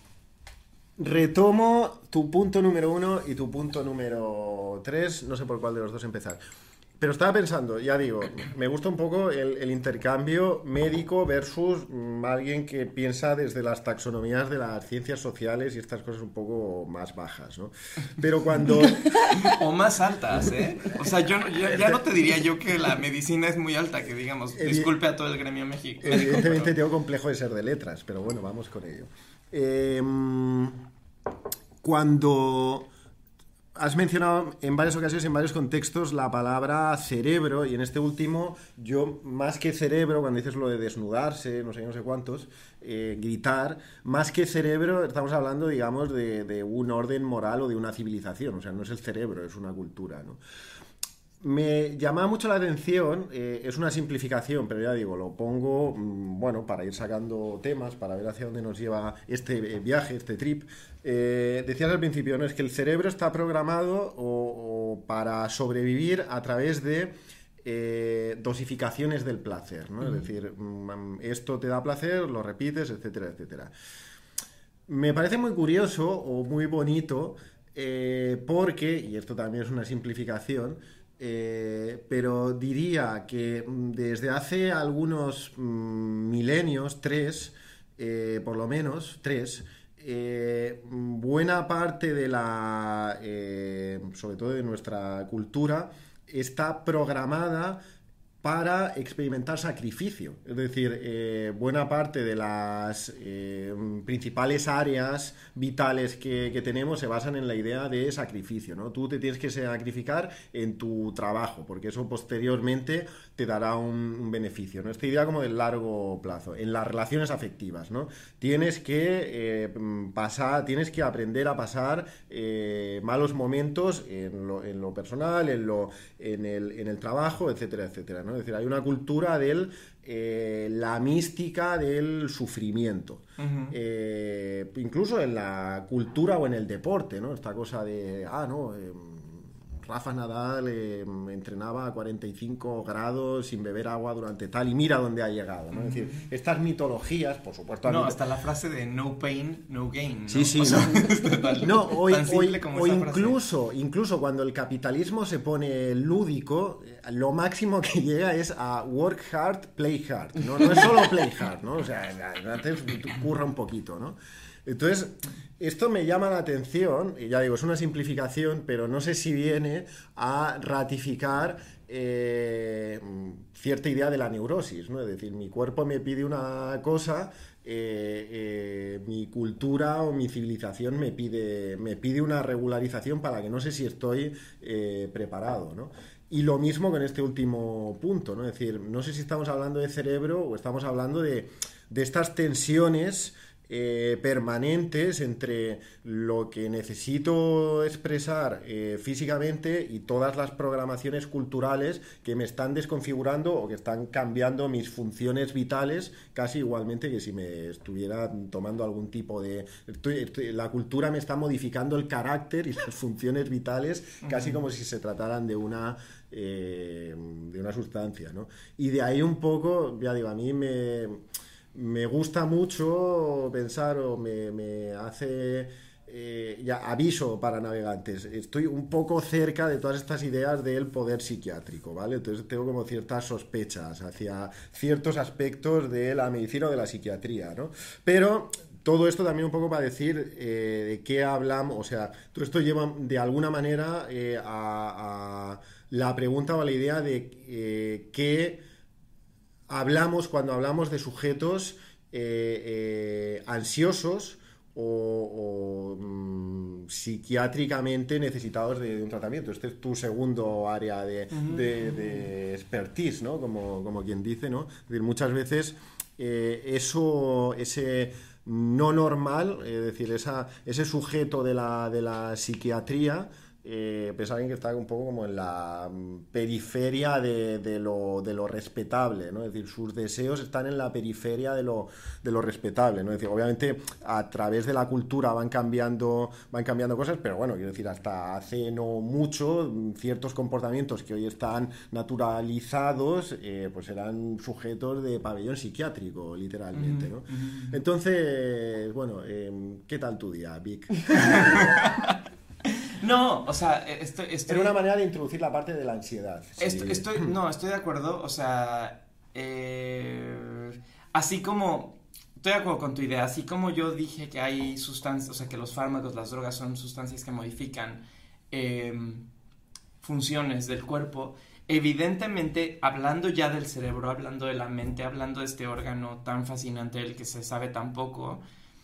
Retomo tu punto número 1 y tu punto número 3, no sé por cuál de los dos empezar. Pero estaba pensando, ya digo, me gusta un poco el intercambio médico versus alguien que piensa desde las taxonomías de las ciencias sociales y estas cosas un poco más bajas, ¿no? Pero cuando... O más altas, ¿eh? O sea, yo ya no te diría yo que la medicina es muy alta, que digamos, disculpe a todo el gremio México. Evidentemente tengo complejo de ser de letras, pero bueno, vamos con ello. Cuando... Has mencionado en varias ocasiones, en varios contextos, la palabra cerebro, y en este último, yo, más que cerebro, cuando dices lo de desnudarse, no sé cuántos, gritar, más que cerebro, estamos hablando, digamos, de un orden moral o de una civilización, o sea, no es el cerebro, es una cultura, ¿no? Me llamaba mucho la atención, es una simplificación, pero ya digo, lo pongo, bueno, para ir sacando temas, para ver hacia dónde nos lleva este viaje, este trip. Decías al principio, ¿no? Es que el cerebro está programado o para sobrevivir a través de dosificaciones del placer, ¿no? Es decir, esto te da placer, lo repites, etcétera, etcétera. Me parece muy curioso o muy bonito porque, y esto también es una simplificación, pero diría que desde hace algunos milenios, 3, por lo menos 3, buena parte de la, sobre todo de nuestra cultura, está programada para experimentar sacrificio. Es decir, buena parte de las principales áreas vitales que tenemos se basan en la idea de sacrificio, ¿no? Tú te tienes que sacrificar en tu trabajo, porque eso posteriormente te dará un beneficio, ¿no? Esta idea como del largo plazo. En las relaciones afectivas, ¿no? Tienes que tienes que aprender a pasar malos momentos en lo personal, en el trabajo, etcétera, etcétera, ¿no? Es decir, hay una cultura de la mística del sufrimiento. Incluso en la cultura o en el deporte, ¿no? Esta cosa de, Rafa Nadal entrenaba a 45 grados sin beber agua durante tal, y mira dónde ha llegado, ¿no? Es decir, estas mitologías, por supuesto... No, hasta la frase de no pain, no gain, ¿no? Sí, sí, o sea, no, o incluso cuando el capitalismo se pone lúdico, lo máximo que llega es a work hard, play hard, ¿no? No es solo play hard, ¿no? O sea, antes curra un poquito, ¿no? Entonces, esto me llama la atención, y ya digo, es una simplificación, pero no sé si viene a ratificar cierta idea de la neurosis, ¿no? Es decir, mi cuerpo me pide una cosa, mi cultura o mi civilización me pide una regularización para que no sé si estoy preparado, ¿no? Y lo mismo con este último punto, ¿no? Es decir, no sé si estamos hablando de cerebro o estamos hablando de estas tensiones permanentes entre lo que necesito expresar físicamente y todas las programaciones culturales que me están desconfigurando o que están cambiando mis funciones vitales casi igualmente que si me estuviera tomando algún tipo de... la cultura me está modificando el carácter y las funciones vitales casi como si se trataran de una sustancia, ¿no? Y de ahí un poco, ya digo, a mí me gusta mucho pensar o me hace ya aviso para navegantes, estoy un poco cerca de todas estas ideas del poder psiquiátrico, ¿vale? Entonces tengo como ciertas sospechas hacia ciertos aspectos de la medicina o de la psiquiatría, ¿no? Pero todo esto también un poco para decir de qué hablamos, o sea, todo esto lleva de alguna manera a la pregunta o a la idea de qué hablamos cuando hablamos de sujetos ansiosos psiquiátricamente necesitados de un tratamiento. Este es tu segundo área de expertise, ¿no? Como quien dice, ¿no? Es decir, muchas veces ese no normal, es decir, ese sujeto de la psiquiatría, pues alguien que está un poco como en la periferia de lo respetable, ¿no? Es decir, sus deseos están en la periferia de lo respetable, ¿no? Es decir, obviamente a través de la cultura van cambiando cosas, pero bueno, quiero decir, hasta hace no mucho ciertos comportamientos que hoy están naturalizados, pues eran sujetos de pabellón psiquiátrico, literalmente, ¿no? Entonces, bueno, ¿qué tal tu día, Vic? No, o sea, estoy... Era una manera de introducir la parte de la ansiedad. Sí. Estoy de acuerdo, o sea, así como, estoy de acuerdo con tu idea, así como yo dije que hay sustancias, o sea, que los fármacos, las drogas son sustancias que modifican funciones del cuerpo, evidentemente, hablando ya del cerebro, hablando de la mente, hablando de este órgano tan fascinante del que se sabe tan poco,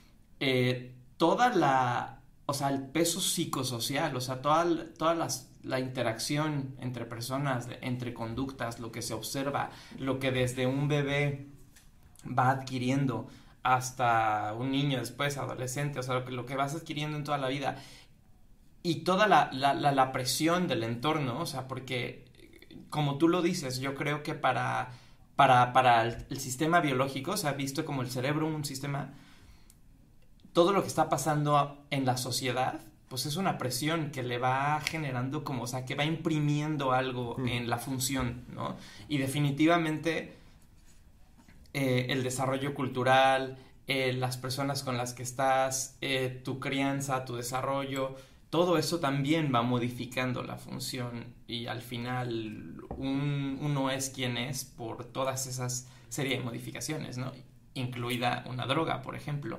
o sea, el peso psicosocial, o sea, toda la interacción entre personas, entre conductas, lo que se observa, lo que desde un bebé va adquiriendo hasta un niño, después adolescente, o sea, lo que vas adquiriendo en toda la vida, y toda la presión del entorno, o sea, porque, como tú lo dices, yo creo que para el sistema biológico, o sea, visto como el cerebro un sistema, todo lo que está pasando en la sociedad, pues es una presión que le va generando como, o sea, que va imprimiendo algo en la función, ¿no? Y definitivamente el desarrollo cultural, las personas con las que estás, tu crianza, tu desarrollo, todo eso también va modificando la función y al final uno es quien es por todas esas serie de modificaciones, ¿no? Incluida una droga, por ejemplo.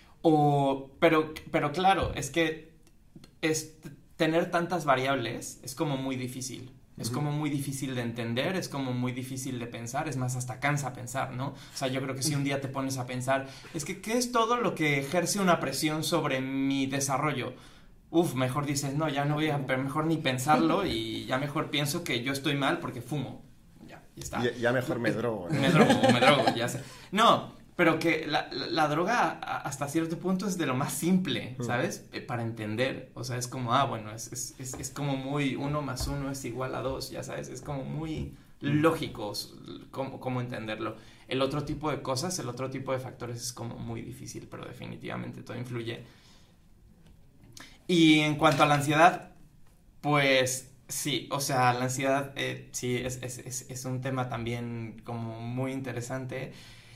Pero claro, es que tener tantas variables es como muy difícil. Es como muy difícil de entender, es como muy difícil de pensar, es más, hasta cansa pensar, ¿no? O sea, yo creo que si un día te pones a pensar, es que ¿qué es todo lo que ejerce una presión sobre mi desarrollo? Mejor dices, no, ya no voy a, mejor ni pensarlo y ya mejor pienso que yo estoy mal porque fumo. Ya está. Ya mejor me drogo, ¿no? Me drogo, ya sé. No, pero que la droga hasta cierto punto es de lo más simple, ¿sabes? Para entender, o sea, es como, bueno, es como muy 1 más 1 es igual a 2, ya sabes, es como muy lógico cómo entenderlo. El otro tipo de cosas, el otro tipo de factores es como muy difícil, pero definitivamente todo influye. Y en cuanto a la ansiedad, pues sí, o sea, la ansiedad sí es un tema también como muy interesante.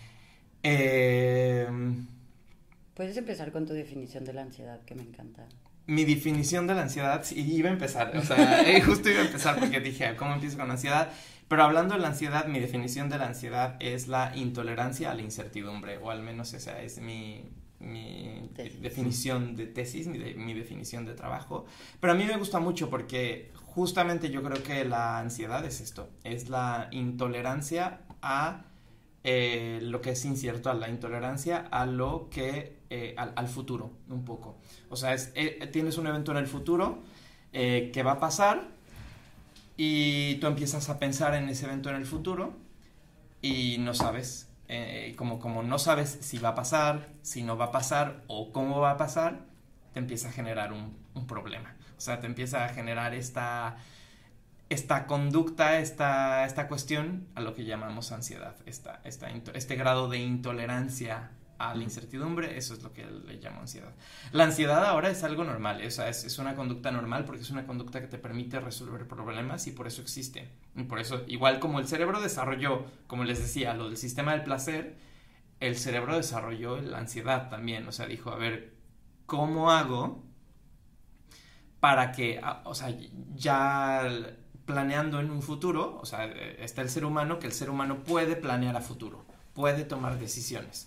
Puedes empezar con tu definición de la ansiedad, que me encanta. Mi definición de la ansiedad, sí, iba a empezar, o sea, justo iba a empezar porque dije, ¿cómo empiezo con la ansiedad? Pero hablando de la ansiedad, mi definición de la ansiedad es la intolerancia a la incertidumbre, o al menos esa es mi definición de tesis, mi definición de trabajo. Pero a mí me gusta mucho porque justamente yo creo que la ansiedad es esto, es la intolerancia a lo que es incierto, a la intolerancia a lo que al futuro, un poco. O sea, tienes un evento en el futuro que va a pasar y tú empiezas a pensar en ese evento en el futuro y no sabes, como no sabes si va a pasar, si no va a pasar o cómo va a pasar, te empieza a generar un problema. O sea, te empieza a generar esta conducta, esta cuestión a lo que llamamos ansiedad, este grado de intolerancia a la incertidumbre, eso es lo que le llamo ansiedad. La ansiedad ahora es algo normal, o sea, es una conducta normal porque es una conducta que te permite resolver problemas y por eso existe. Y por eso, igual como el cerebro desarrolló, como les decía, lo del sistema del placer, el cerebro desarrolló la ansiedad también, o sea, dijo, a ver, ¿cómo hago para que, o sea, ya planeando en un futuro, o sea, está el ser humano, que el ser humano puede planear a futuro, puede tomar decisiones.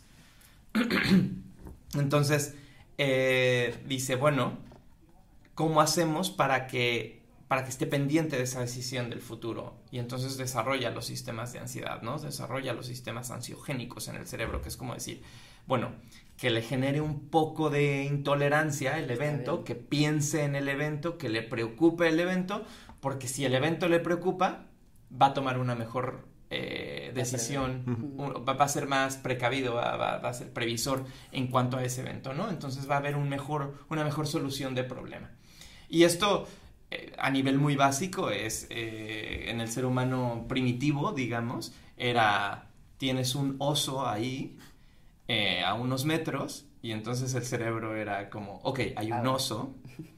Entonces, dice, bueno, ¿cómo hacemos para que para que esté pendiente de esa decisión del futuro, y entonces desarrolla los sistemas de ansiedad, ¿no? Desarrolla los sistemas ansiogénicos en el cerebro, que es como decir, bueno, que le genere un poco de intolerancia el evento, que piense en el evento, que le preocupe el evento, porque si el evento le preocupa, va a tomar una mejor decisión, va a ser más precavido, va a ser previsor en cuanto a ese evento, ¿no? Entonces va a haber una mejor solución de problema. Y esto, a nivel muy básico, es en el ser humano primitivo, digamos, tienes un oso ahí a unos metros, y entonces el cerebro era como, ok, hay un oso,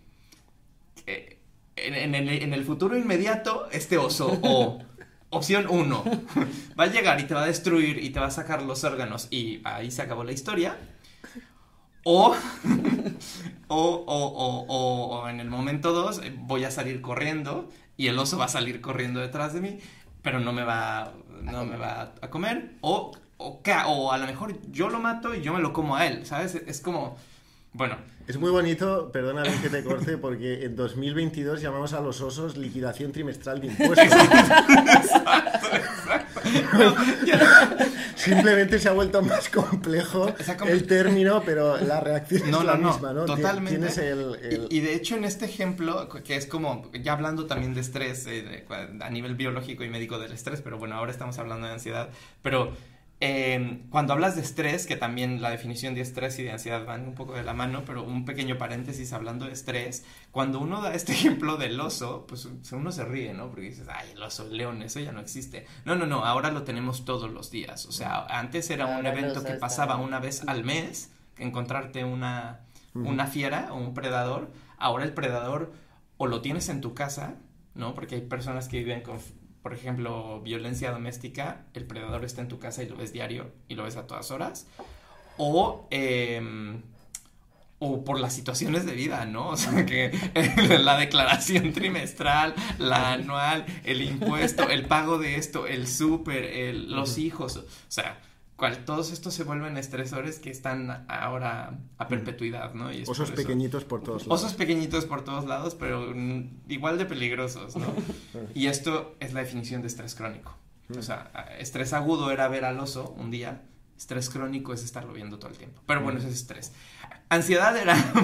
en el futuro inmediato, este oso, o opción 1, va a llegar y te va a destruir y te va a sacar los órganos, y ahí se acabó la historia. O en el momento 2 voy a salir corriendo y el oso va a salir corriendo detrás de mí, pero no me va a comer, o a lo mejor yo lo mato y yo me lo como a él, ¿sabes? Es como, bueno. Es muy bonito, perdóname que te corte, porque en 2022 llamamos a los osos liquidación trimestral de impuestos. Exacto. No, simplemente se ha vuelto más complejo el término, pero la reacción es la misma, ¿no? Totalmente. Tienes y de hecho, en este ejemplo, que es como, ya hablando también de estrés, a nivel biológico y médico del estrés, pero bueno, ahora estamos hablando de ansiedad, pero cuando hablas de estrés, que también la definición de estrés y de ansiedad van un poco de la mano, pero un pequeño paréntesis hablando de estrés, cuando uno da este ejemplo del oso, pues uno se ríe, ¿no? Porque dices, ay, el oso, el león, eso ya no existe. No, ahora lo tenemos todos los días. O sea, antes era un evento que pasaba una vez al mes, encontrarte una fiera o un predador. Ahora el predador o lo tienes en tu casa, ¿no? Porque hay personas que viven con, por ejemplo, violencia doméstica, el predador está en tu casa y lo ves diario y lo ves a todas horas, o por las situaciones de vida, ¿no? O sea, que la declaración trimestral, la anual, el impuesto, el pago de esto, el súper, los hijos, o sea, todos estos se vuelven estresores que están ahora a perpetuidad, ¿no? Y osos pequeñitos por todos lados. Osos pequeñitos por todos lados, pero igual de peligrosos, ¿no? Y esto es la definición de estrés crónico. O sea, estrés agudo era ver al oso un día, estrés crónico es estarlo viendo todo el tiempo. Pero bueno, ese es estrés. Ansiedad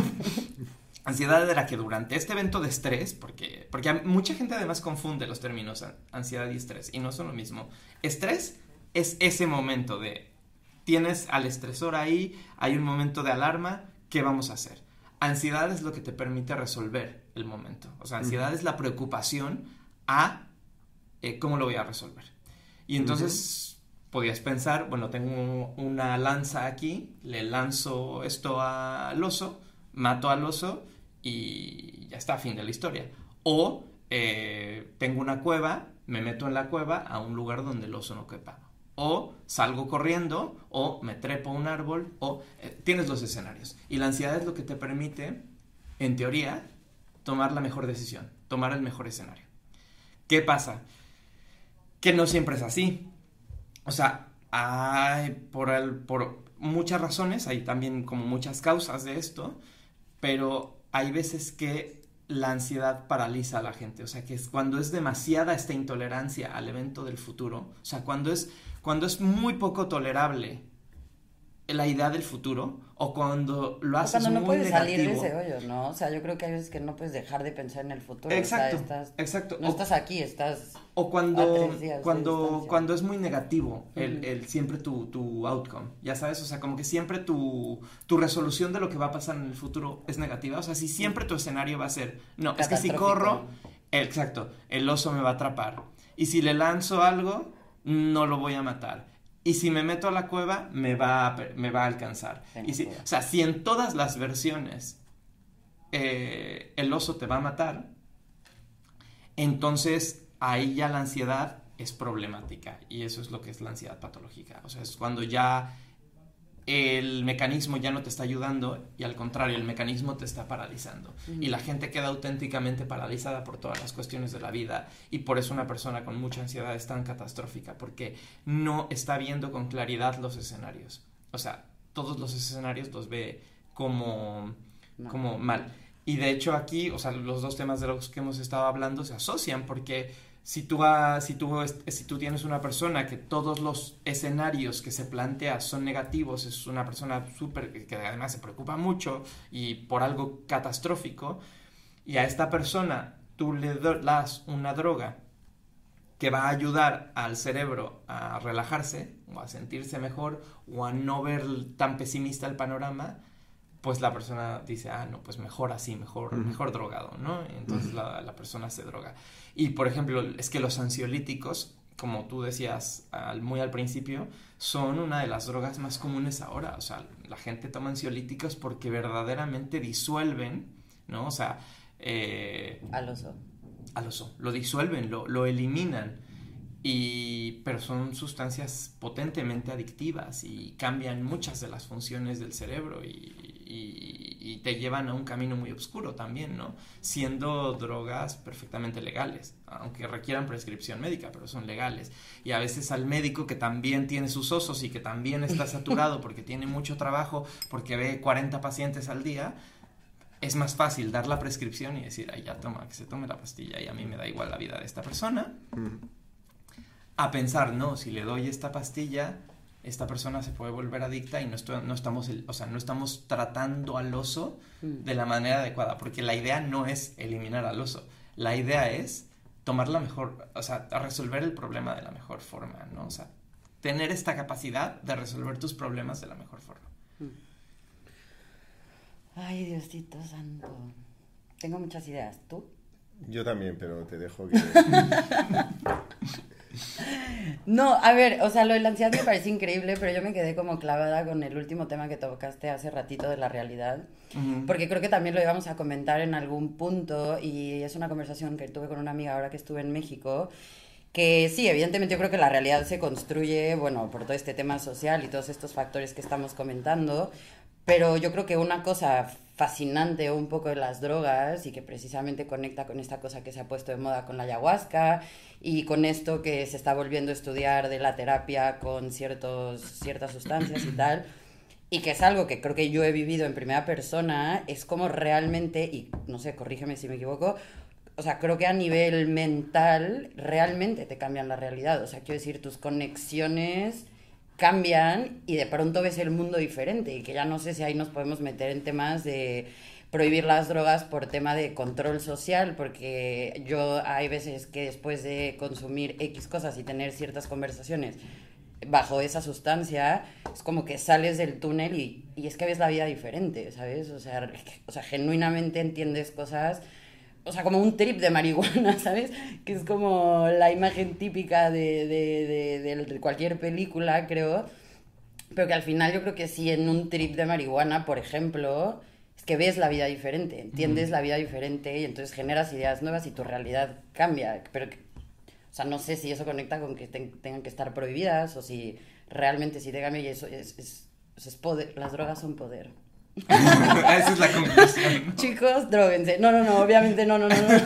era que durante este evento de estrés, porque mucha gente además confunde los términos ansiedad y estrés, y no son lo mismo. Estrés es ese momento de, tienes al estresor ahí, hay un momento de alarma, ¿qué vamos a hacer? Ansiedad es lo que te permite resolver el momento. O sea, ansiedad es la preocupación a cómo lo voy a resolver. Y entonces podías pensar, bueno, tengo una lanza aquí, le lanzo esto al oso, mato al oso y ya está, fin de la historia. O tengo una cueva, me meto en la cueva a un lugar donde el oso no quepa. O salgo corriendo, o me trepo a un árbol, o tienes los escenarios. Y la ansiedad es lo que te permite, en teoría, tomar la mejor decisión, tomar el mejor escenario. ¿Qué pasa? Que no siempre es así. O sea, hay por muchas razones, hay también como muchas causas de esto, pero hay veces que la ansiedad paraliza a la gente. O sea, que es cuando es demasiada esta intolerancia al evento del futuro, o sea, cuando es muy poco tolerable la idea del futuro, o cuando lo haces muy negativo. Cuando no puedes salir de ese hoyo, ¿no? O sea, yo creo que hay veces que no puedes dejar de pensar en el futuro. Exacto, o sea, exacto. No estás aquí, estás o cuando es muy negativo el siempre tu outcome, ya sabes, o sea, como que siempre tu resolución de lo que va a pasar en el futuro es negativa. O sea, si siempre tu escenario va a ser, no, es que si corro, exacto, el oso me va a atrapar. Y si le lanzo algo, no lo voy a matar. Y si me meto a la cueva, me va a alcanzar. Y si, o sea, si en todas las versiones el oso te va a matar, entonces ahí ya la ansiedad es problemática. Y eso es lo que es la ansiedad patológica. O sea, es cuando ya el mecanismo ya no te está ayudando y al contrario, el mecanismo te está paralizando. Y la gente queda auténticamente paralizada por todas las cuestiones de la vida, y por eso una persona con mucha ansiedad es tan catastrófica, porque no está viendo con claridad los escenarios. O sea, todos los escenarios los ve como mal. Y de hecho aquí, o sea, los dos temas de los que hemos estado hablando se asocian porque si tú tienes una persona que todos los escenarios que se plantea son negativos, es una persona súper que además se preocupa mucho y por algo catastrófico, y a esta persona tú le das una droga que va a ayudar al cerebro a relajarse o a sentirse mejor o a no ver tan pesimista el panorama, pues la persona dice, ah, no, pues mejor así, mejor drogado, ¿no? Entonces la persona se droga. Y, por ejemplo, es que los ansiolíticos, como tú decías muy al principio, son una de las drogas más comunes ahora. O sea, la gente toma ansiolíticos porque verdaderamente disuelven, ¿no? O sea... Al oso. Lo disuelven, lo eliminan. Pero son sustancias potentemente adictivas y cambian muchas de las funciones del cerebro y te llevan a un camino muy oscuro también, ¿no? Siendo drogas perfectamente legales, aunque requieran prescripción médica, pero son legales. Y a veces al médico que también tiene sus osos y que también está saturado porque tiene mucho trabajo, porque ve 40 pacientes al día, es más fácil dar la prescripción y decir, ay, ya toma, que se tome la pastilla y a mí me da igual la vida de esta persona. A pensar, no, si le doy esta pastilla, esta persona se puede volver adicta y no estamos tratando al oso de la manera adecuada, porque la idea no es eliminar al oso, la idea es tomar la mejor, o sea, resolver el problema de la mejor forma, ¿no? O sea, tener esta capacidad de resolver tus problemas de la mejor forma. Ay, Diosito santo. Tengo muchas ideas. ¿Tú? Yo también, pero te dejo que... No, a ver, o sea, lo de la ansiedad me parece increíble, pero yo me quedé como clavada con el último tema que tocaste hace ratito de la realidad, porque creo que también lo íbamos a comentar en algún punto y es una conversación que tuve con una amiga ahora que estuve en México, que sí, evidentemente yo creo que la realidad se construye, bueno, por todo este tema social y todos estos factores que estamos comentando, pero yo creo que una cosa fascinante un poco de las drogas y que precisamente conecta con esta cosa que se ha puesto de moda con la ayahuasca y con esto que se está volviendo a estudiar de la terapia con ciertas sustancias y tal, y que es algo que creo que yo he vivido en primera persona, es como realmente, y no sé, corrígeme si me equivoco, o sea, creo que a nivel mental realmente te cambian la realidad, o sea, quiero decir, tus conexiones cambian y de pronto ves el mundo diferente y que ya no sé si ahí nos podemos meter en temas de prohibir las drogas por tema de control social, porque yo hay veces que después de consumir X cosas y tener ciertas conversaciones bajo esa sustancia, es como que sales del túnel y es que ves la vida diferente, ¿sabes? O sea, genuinamente entiendes cosas, o sea, como un trip de marihuana, ¿sabes? Que es como la imagen típica de cualquier película, creo. Pero que al final yo creo que sí, en un trip de marihuana, por ejemplo, es que ves la vida diferente, entiendes la vida diferente y entonces generas ideas nuevas y tu realidad cambia. Pero, o sea, no sé si eso conecta con que tengan que estar prohibidas o si realmente sí te cambia y eso es poder. Las drogas son poder. Esa es la conclusión, ¿no? Chicos, dróguense. No, obviamente no.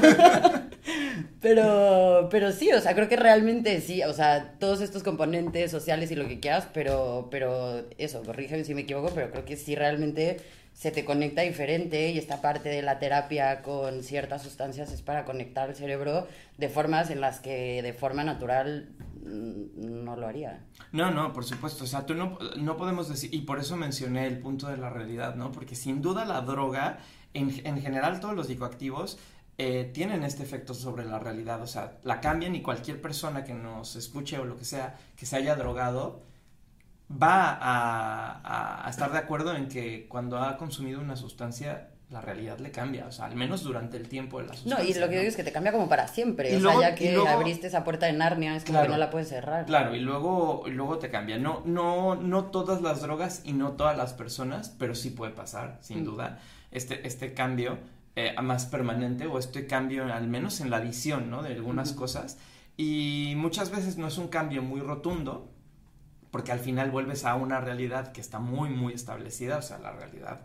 Pero sí, o sea, creo que realmente sí, o sea, todos estos componentes sociales y lo que quieras, pero eso, corrígeme si me equivoco, pero creo que sí realmente se te conecta diferente y esta parte de la terapia con ciertas sustancias es para conectar el cerebro de formas en las que de forma natural no lo haría. No, por supuesto, o sea, tú no podemos decir, y por eso mencioné el punto de la realidad, ¿no? Porque sin duda la droga, en general todos los psicoactivos, tienen este efecto sobre la realidad, o sea, la cambian y cualquier persona que nos escuche o lo que sea, que se haya drogado, va a estar de acuerdo en que cuando ha consumido una sustancia, la realidad le cambia, o sea, al menos durante el tiempo de la sustancia. No, y lo que digo es que te cambia como para siempre, y o luego, sea, ya que luego, abriste esa puerta de Narnia, es como claro, que no la puedes cerrar. Claro, y luego te cambia. No todas las drogas y no todas las personas, pero sí puede pasar, sin duda, este cambio más permanente o este cambio al menos en la visión, ¿no? De algunas cosas. Y muchas veces no es un cambio muy rotundo, porque al final vuelves a una realidad que está muy, muy establecida, o sea, la realidad...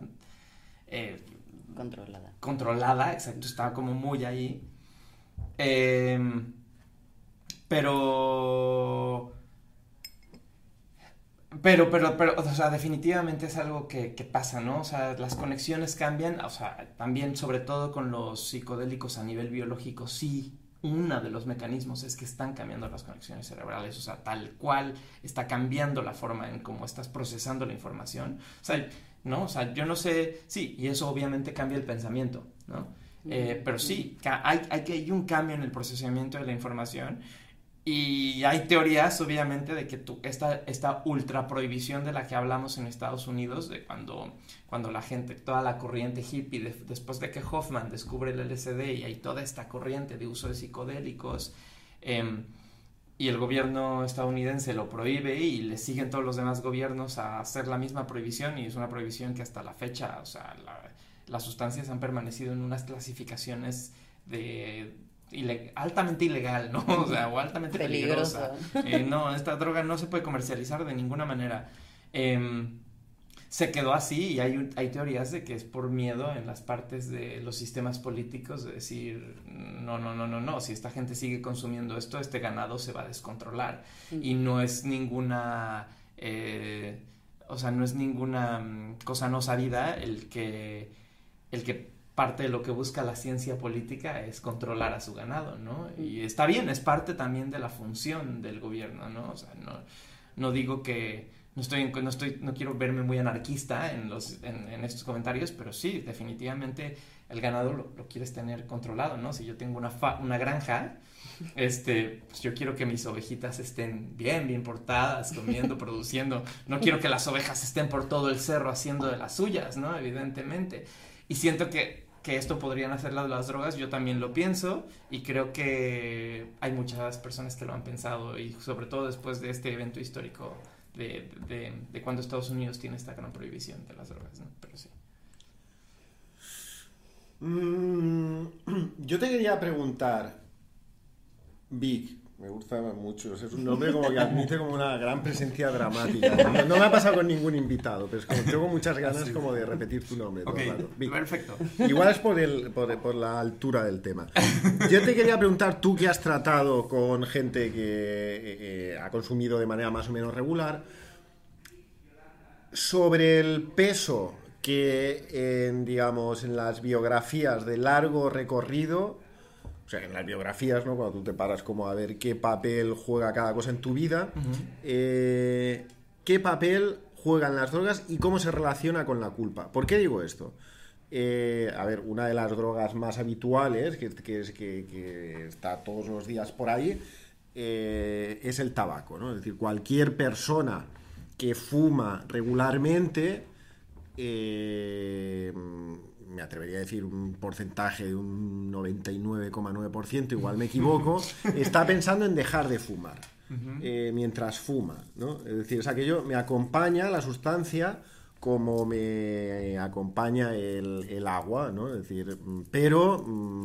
Controlada, exacto, estaba como muy ahí. Pero Pero, o sea, definitivamente es algo que pasa, ¿no? O sea, las conexiones cambian, o sea, también sobre todo con los psicodélicos a nivel biológico, sí, uno de los mecanismos es que están cambiando las conexiones cerebrales, o sea, tal cual está cambiando la forma en cómo estás procesando la información. O sea, ¿no? O sea, yo no sé, sí, y eso obviamente cambia el pensamiento, ¿no? Pero sí, hay un cambio en el procesamiento de la información. Y hay teorías, obviamente, de que esta ultra prohibición de la que hablamos en Estados Unidos, de cuando la gente, toda la corriente hippie, después de que Hoffman descubre el LSD y hay toda esta corriente de uso de psicodélicos, y el gobierno estadounidense lo prohíbe y le siguen todos los demás gobiernos a hacer la misma prohibición, y es una prohibición que hasta la fecha, o sea, las sustancias han permanecido en unas clasificaciones de... altamente ilegal, ¿no? O sea, o altamente peligrosa. No, esta droga no se puede comercializar de ninguna manera. Se quedó así, y hay teorías de que es por miedo en las partes de los sistemas políticos de decir, no, si esta gente sigue consumiendo esto, este ganado se va a descontrolar. Y no es ninguna... o sea, no es ninguna cosa no sabida el que parte de lo que busca la ciencia política es controlar a su ganado, ¿no? Y está bien, es parte también de la función del gobierno, ¿no? O sea, no digo que... No quiero verme muy anarquista en estos comentarios, pero sí, definitivamente el ganado lo quieres tener controlado, ¿no? Si yo tengo una granja, pues yo quiero que mis ovejitas estén bien portadas, comiendo, produciendo. No quiero que las ovejas estén por todo el cerro haciendo de las suyas, ¿no? Evidentemente. Y siento que esto podrían hacer las drogas, yo también lo pienso, y creo que hay muchas personas que lo han pensado, y sobre todo después de este evento histórico de cuando Estados Unidos tiene esta gran prohibición de las drogas, ¿no? Pero sí. Yo te quería preguntar, Vic, me gusta mucho, es un nombre como que admite como una gran presencia dramática. No me ha pasado con ningún invitado, pero es como tengo muchas ganas como de repetir tu nombre. Ok, todo el rato. Vic. Perfecto. Igual es por la altura del tema. Yo te quería preguntar, tú que has tratado con gente que ha consumido de manera más o menos regular, sobre el peso que digamos, en las biografías de largo recorrido, o sea, en las biografías, ¿no? Cuando tú te paras como a ver qué papel juega cada cosa en tu vida, qué papel juegan las drogas y cómo se relaciona con la culpa. ¿Por qué digo esto? A ver, una de las drogas más habituales, que está todos los días por ahí, es el tabaco, ¿no? Es decir, cualquier persona que fuma regularmente, me atrevería a decir un porcentaje de un 99,9%, igual me equivoco, está pensando en dejar de fumar mientras fuma, ¿no? Es decir, es aquello, me acompaña la sustancia como me acompaña el agua, ¿no? Es decir, pero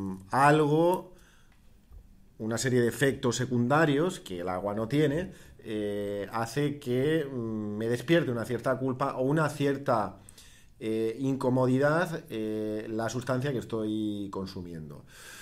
una serie de efectos secundarios que el agua no tiene, hace que me despierte una cierta culpa o una cierta incomodidad la sustancia que estoy consumiendo.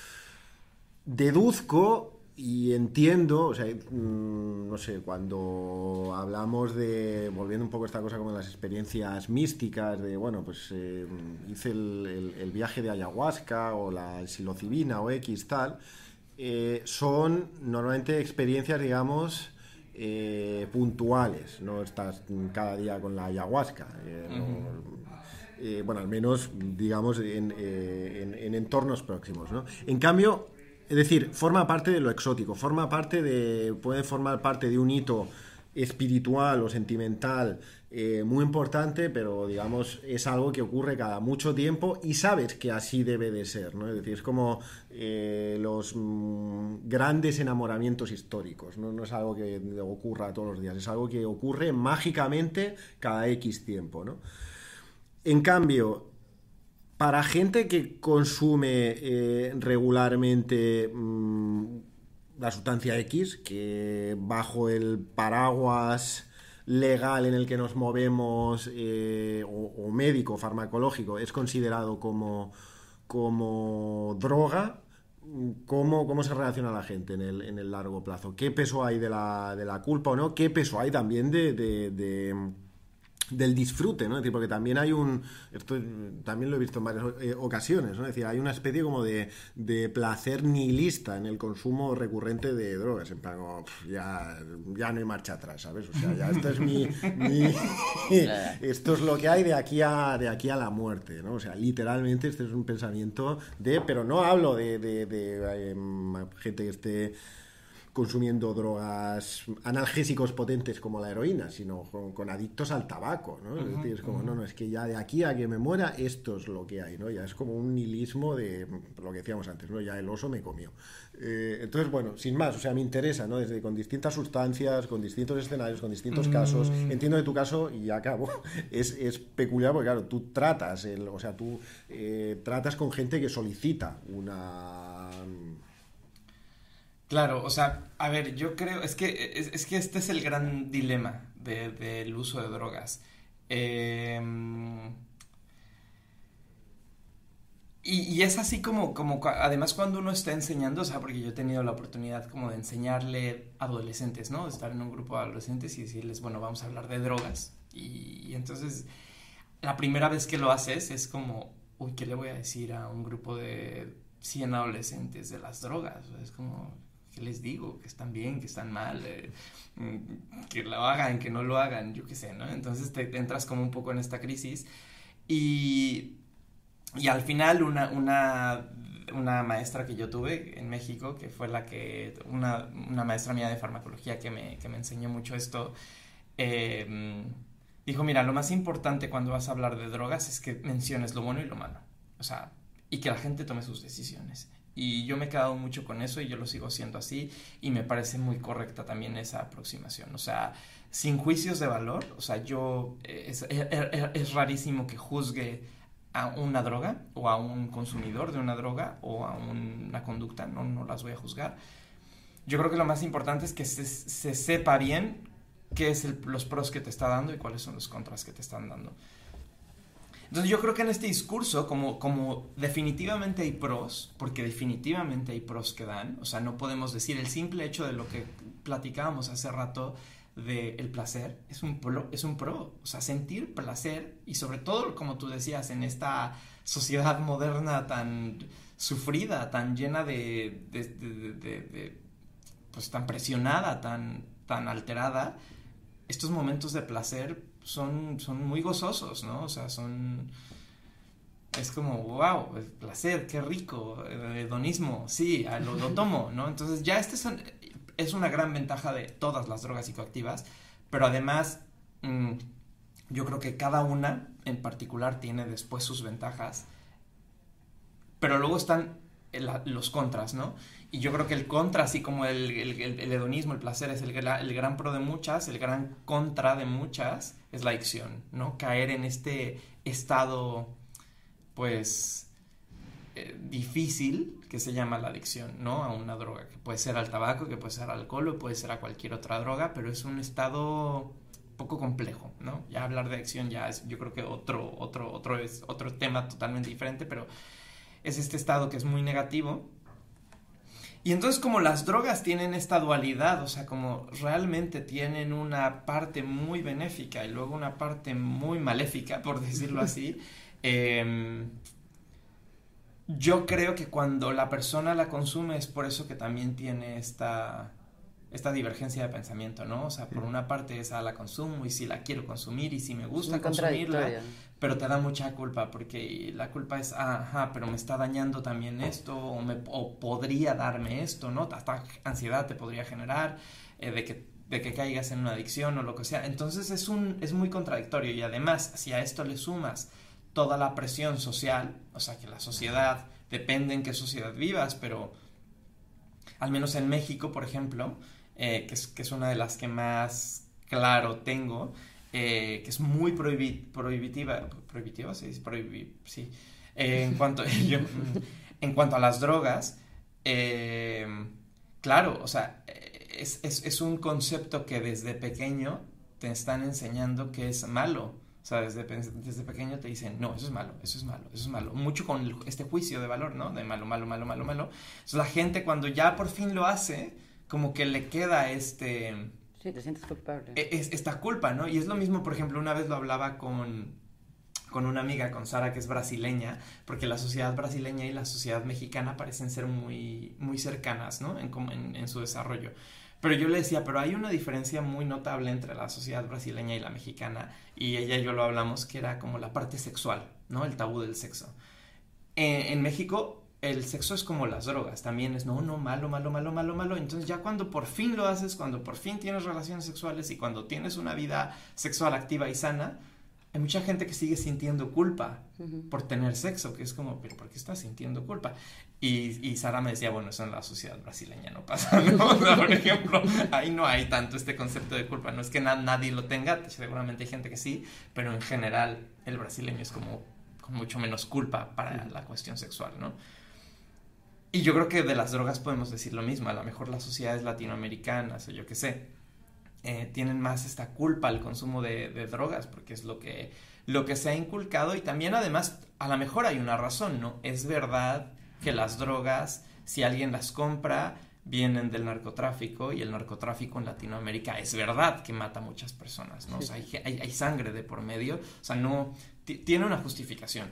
Deduzco y entiendo, o sea, no sé, cuando hablamos de, volviendo un poco a esta cosa como las experiencias místicas, de, bueno, pues hice el viaje de ayahuasca o la psilocibina o X tal, son normalmente experiencias, digamos, puntuales, no estás cada día con la ayahuasca, bueno, al menos, digamos, en entornos próximos, ¿no? En cambio, es decir, forma parte de lo exótico, puede formar parte de un hito espiritual o sentimental muy importante, pero digamos es algo que ocurre cada mucho tiempo y sabes que así debe de ser, ¿no? Es decir, es como los grandes enamoramientos históricos, ¿no? No es algo que ocurra todos los días, es algo que ocurre mágicamente cada X tiempo, ¿no? En cambio, para gente que consume regularmente la sustancia X, que bajo el paraguas legal en el que nos movemos, o médico, farmacológico, es considerado como droga, ¿cómo se relaciona la gente en el largo plazo? ¿Qué peso hay de la culpa o no? ¿Qué peso hay también del disfrute, ¿no? Es decir, porque también hay esto también lo he visto en varias ocasiones, ¿no? Es decir, hay una especie como de placer nihilista en el consumo recurrente de drogas, en plan, como, ya no hay marcha atrás, ¿sabes? O sea, ya esto es esto es lo que hay de aquí a la muerte, ¿no? O sea, literalmente este es un pensamiento pero no hablo de gente que esté consumiendo drogas analgésicos potentes como la heroína, sino con adictos al tabaco, ¿no? Es decir, es como, no, es que ya de aquí a que me muera, esto es lo que hay, ¿no? Ya es como un nihilismo de lo que decíamos antes, ¿no? Ya el oso me comió. Entonces, bueno, sin más, o sea, me interesa, ¿no? Desde con distintas sustancias, con distintos escenarios, con distintos casos. Entiendo de tu caso, y ya acabo, es peculiar porque, claro, tú tratas, tratas con gente que solicita una... Claro, o sea, a ver, yo creo, es que este es el gran dilema del uso de drogas. Y es así además cuando uno está enseñando, o sea, porque yo he tenido la oportunidad como de enseñarle a adolescentes, ¿no? De estar en un grupo de adolescentes y decirles, bueno, vamos a hablar de drogas. Y entonces, la primera vez que lo haces es como, uy, ¿qué le voy a decir a un grupo de 100 adolescentes de las drogas? Es como, ¿qué les digo? Que están bien, que están mal, que lo hagan, que no lo hagan, yo qué sé, ¿no? Entonces te entras como un poco en esta crisis y al final una maestra que yo tuve en México, que fue una maestra mía de farmacología que me enseñó mucho esto, dijo, mira, lo más importante cuando vas a hablar de drogas es que menciones lo bueno y lo malo, o sea, y que la gente tome sus decisiones. Y yo me he quedado mucho con eso y yo lo sigo haciendo así y me parece muy correcta también esa aproximación, o sea, sin juicios de valor, o sea, es rarísimo que juzgue a una droga o a un consumidor de una droga o a una conducta, no las voy a juzgar. Yo creo que lo más importante es que se sepa bien qué es los pros que te está dando y cuáles son los contras que te están dando. Entonces yo creo que en este discurso, como definitivamente hay pros, porque definitivamente hay pros que dan, o sea, no podemos decir el simple hecho de lo que platicábamos hace rato del placer, es un pro, o sea, sentir placer, y sobre todo, como tú decías, en esta sociedad moderna tan sufrida, tan llena pues tan presionada, tan alterada, estos momentos de placer son muy gozosos, ¿no? O sea, es como, wow, el placer, qué rico, el hedonismo, sí, lo tomo, ¿no? Entonces ya es una gran ventaja de todas las drogas psicoactivas, pero además yo creo que cada una en particular tiene después sus ventajas, pero luego están los contras, ¿no? Y yo creo que el contra, así como el hedonismo, el placer es el gran pro de muchas, el gran contra de muchas es la adicción, ¿no? Caer en este estado, pues, difícil que se llama la adicción, ¿no? A una droga, que puede ser al tabaco, que puede ser al alcohol o puede ser a cualquier otra droga, pero es un estado poco complejo, ¿no? Ya hablar de adicción ya es, yo creo que otro tema totalmente diferente, pero es este estado que es muy negativo. Y entonces como las drogas tienen esta dualidad, o sea, como realmente tienen una parte muy benéfica y luego una parte muy maléfica, por decirlo así, yo creo que cuando la persona la consume es por eso que también tiene esta divergencia de pensamiento, ¿no? O sea, por una parte la consumo y si la quiero consumir y si me gusta consumirla, pero te da mucha culpa porque la culpa es, pero me está dañando también esto o podría darme esto, ¿no? Hasta ansiedad te podría generar de que caigas en una adicción o lo que sea. Entonces es muy contradictorio y además si a esto le sumas toda la presión social, o sea, que la sociedad, depende en qué sociedad vivas, pero al menos en México, por ejemplo, que es una de las que más claro tengo, que es muy prohibitiva, sí, sí, en cuanto a las drogas, claro, o sea, es un concepto que desde pequeño te están enseñando que es malo, O sea, desde pequeño te dicen, no, eso es malo, eso es malo, eso es malo. Mucho con este juicio de valor, ¿no? De malo, malo, malo, malo, malo. Entonces la gente cuando ya por fin lo hace, como que le queda Sí, te sientes culpable. Esta culpa, ¿no? Y es lo mismo, por ejemplo, una vez lo hablaba con una amiga, con Sara, que es brasileña, porque la sociedad brasileña y la sociedad mexicana parecen ser muy, muy cercanas, ¿no? En su desarrollo. Pero yo le decía, pero hay una diferencia muy notable entre la sociedad brasileña y la mexicana, y ella y yo lo hablamos, que era como la parte sexual, ¿no? El tabú del sexo. En México, el sexo es como las drogas, también es no, malo, malo, malo, malo, malo. Entonces ya cuando por fin lo haces, cuando por fin tienes relaciones sexuales y cuando tienes una vida sexual activa y sana, hay mucha gente que sigue sintiendo culpa por tener sexo, que es como, pero ¿por qué estás sintiendo culpa? Y Sara me decía, bueno, eso en la sociedad brasileña no pasa, ¿no? O sea, por ejemplo, ahí no hay tanto este concepto de culpa, no es que nadie lo tenga, seguramente hay gente que sí, pero en general el brasileño es como con mucho menos culpa para la cuestión sexual, ¿no? Y yo creo que de las drogas podemos decir lo mismo, a lo mejor las sociedades latinoamericanas o yo qué sé, tienen más esta culpa al consumo de drogas, porque es lo que se ha inculcado, y también además a lo mejor hay una razón, ¿no? Es verdad que las drogas, si alguien las compra, vienen del narcotráfico, y el narcotráfico en Latinoamérica es verdad que mata a muchas personas, ¿no? Sí. O sea, hay sangre de por medio, o sea, no, tiene una justificación.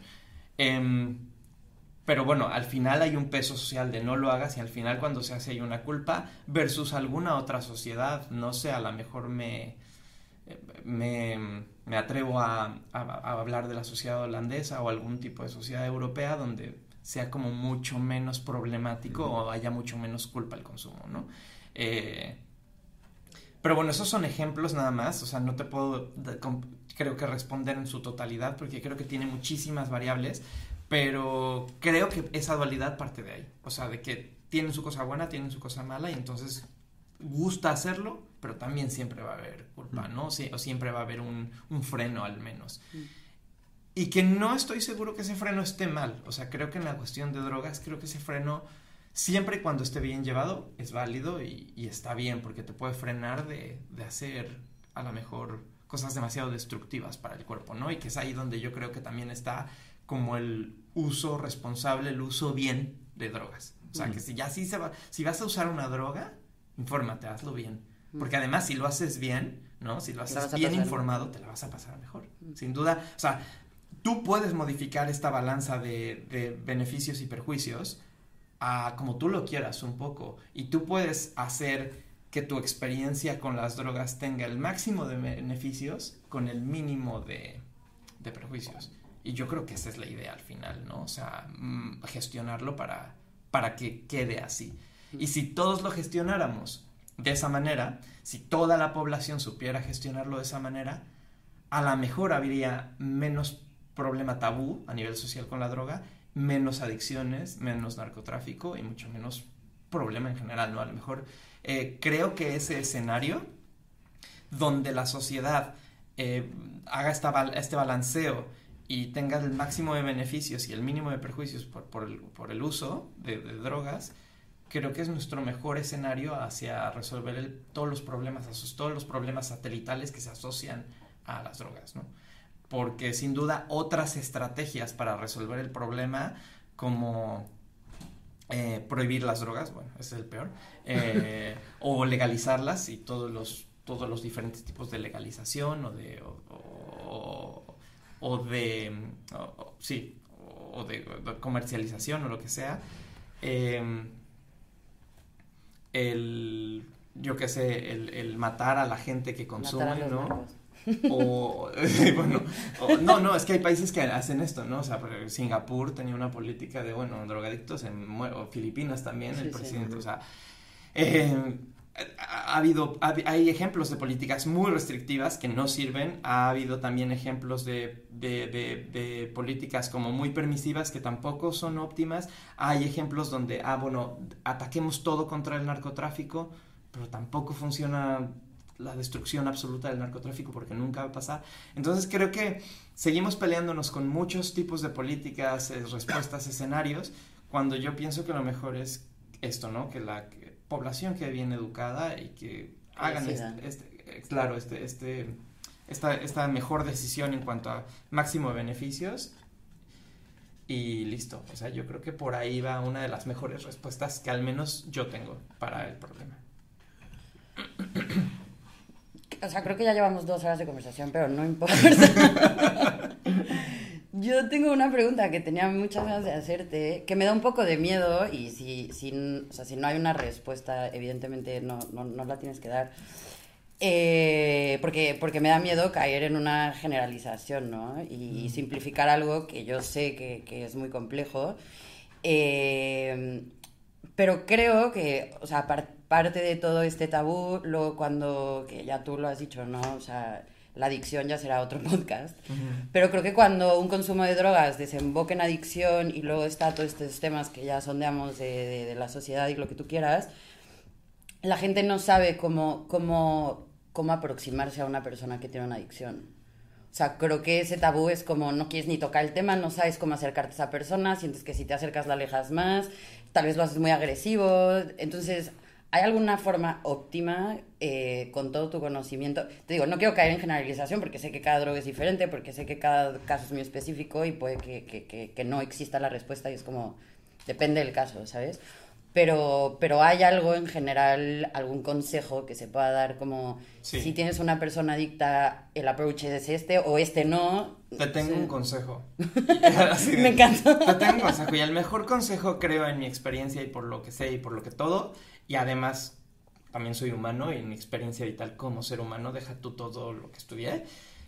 Pero bueno, al final hay un peso social de no lo hagas, y al final cuando se hace hay una culpa versus alguna otra sociedad. No sé, a lo mejor me atrevo a hablar de la sociedad holandesa o algún tipo de sociedad europea donde sea como mucho menos problemático o haya mucho menos culpa al consumo, ¿no? Pero bueno, esos son ejemplos nada más, o sea, no te puedo creo que responder en su totalidad porque creo que tiene muchísimas variables. Pero creo que esa dualidad parte de ahí. O sea, de que tienen su cosa buena, tienen su cosa mala, y entonces gusta hacerlo, pero también siempre va a haber culpa, ¿no? O siempre va a haber un freno al menos. Y que no estoy seguro que ese freno esté mal. O sea, creo que en la cuestión de drogas, creo que ese freno, siempre y cuando esté bien llevado, es válido y está bien, porque te puede frenar de hacer a lo mejor cosas demasiado destructivas para el cuerpo, ¿no? Y que es ahí donde yo creo que también está como el uso responsable, el uso bien de drogas. O sea, que si vas a usar una droga, infórmate, hazlo bien. Porque además, si lo haces bien, ¿no? Si lo haces bien informado, te la vas a pasar mejor. Sin duda, o sea, tú puedes modificar esta balanza de beneficios y perjuicios a como tú lo quieras un poco. Y tú puedes hacer que tu experiencia con las drogas tenga el máximo de beneficios con el mínimo de perjuicios. Y yo creo que esa es la idea al final, ¿no? O sea, gestionarlo para que quede así. Y si todos lo gestionáramos de esa manera, si toda la población supiera gestionarlo de esa manera, a lo mejor habría menos problema tabú a nivel social con la droga, menos adicciones, menos narcotráfico y mucho menos problema en general, ¿no? A lo mejor creo que ese escenario donde la sociedad haga este balanceo y tenga el máximo de beneficios y el mínimo de perjuicios por el uso de drogas, creo que es nuestro mejor escenario hacia resolver todos los problemas satelitales que se asocian a las drogas, ¿no? Porque sin duda otras estrategias para resolver el problema, como prohibir las drogas, bueno, ese es el peor, o legalizarlas, y todos los diferentes tipos de legalización o de comercialización o lo que sea, el matar a la gente que consume, ¿no? No, es que hay países que hacen esto, ¿no? O sea, Singapur tenía una política de, drogadictos, o Filipinas también, el presidente, o sea, hay ejemplos de políticas muy restrictivas que no sirven. Ha habido también ejemplos de políticas como muy permisivas que tampoco son óptimas. Hay ejemplos donde, ataquemos todo contra el narcotráfico, pero tampoco funciona la destrucción absoluta del narcotráfico porque nunca va a pasar. Entonces creo que seguimos peleándonos con muchos tipos de políticas, respuestas, escenarios, cuando yo pienso que lo mejor es esto, ¿no? Que la este esta mejor decisión en cuanto a máximo de beneficios y listo. O sea, yo creo que por ahí va una de las mejores respuestas que al menos yo tengo para el problema. O sea, creo que ya llevamos 2 horas de conversación, pero no importa. Yo tengo una pregunta que tenía muchas ganas de hacerte, que me da un poco de miedo y si no hay una respuesta, evidentemente no la tienes que dar. Porque me da miedo caer en una generalización, ¿no? Y simplificar algo que yo sé que es muy complejo. Pero creo que, o sea, parte de todo este tabú, luego que ya tú lo has dicho, ¿no? O sea, la adicción ya será otro podcast. Pero creo que cuando un consumo de drogas desemboca en adicción y luego está todos estos temas que ya sondeamos de la sociedad y lo que tú quieras, la gente no sabe cómo aproximarse a una persona que tiene una adicción. O sea, creo que ese tabú es como no quieres ni tocar el tema, no sabes cómo acercarte a esa persona, sientes que si te acercas la alejas más, tal vez lo haces muy agresivo. Entonces, ¿hay alguna forma óptima con todo tu conocimiento? Te digo, no quiero caer en generalización porque sé que cada droga es diferente, porque sé que cada caso es muy específico y puede que no exista la respuesta y es como, depende del caso, ¿sabes? Pero ¿hay algo en general, algún consejo que se pueda dar como si tienes una persona adicta, el approach es este o este no? Te tengo un consejo. Me encanta. Te tengo un consejo y el mejor consejo creo en mi experiencia y por lo que sé y por lo que todo y además también soy humano y en mi experiencia vital como ser humano, deja tú todo lo que estudié.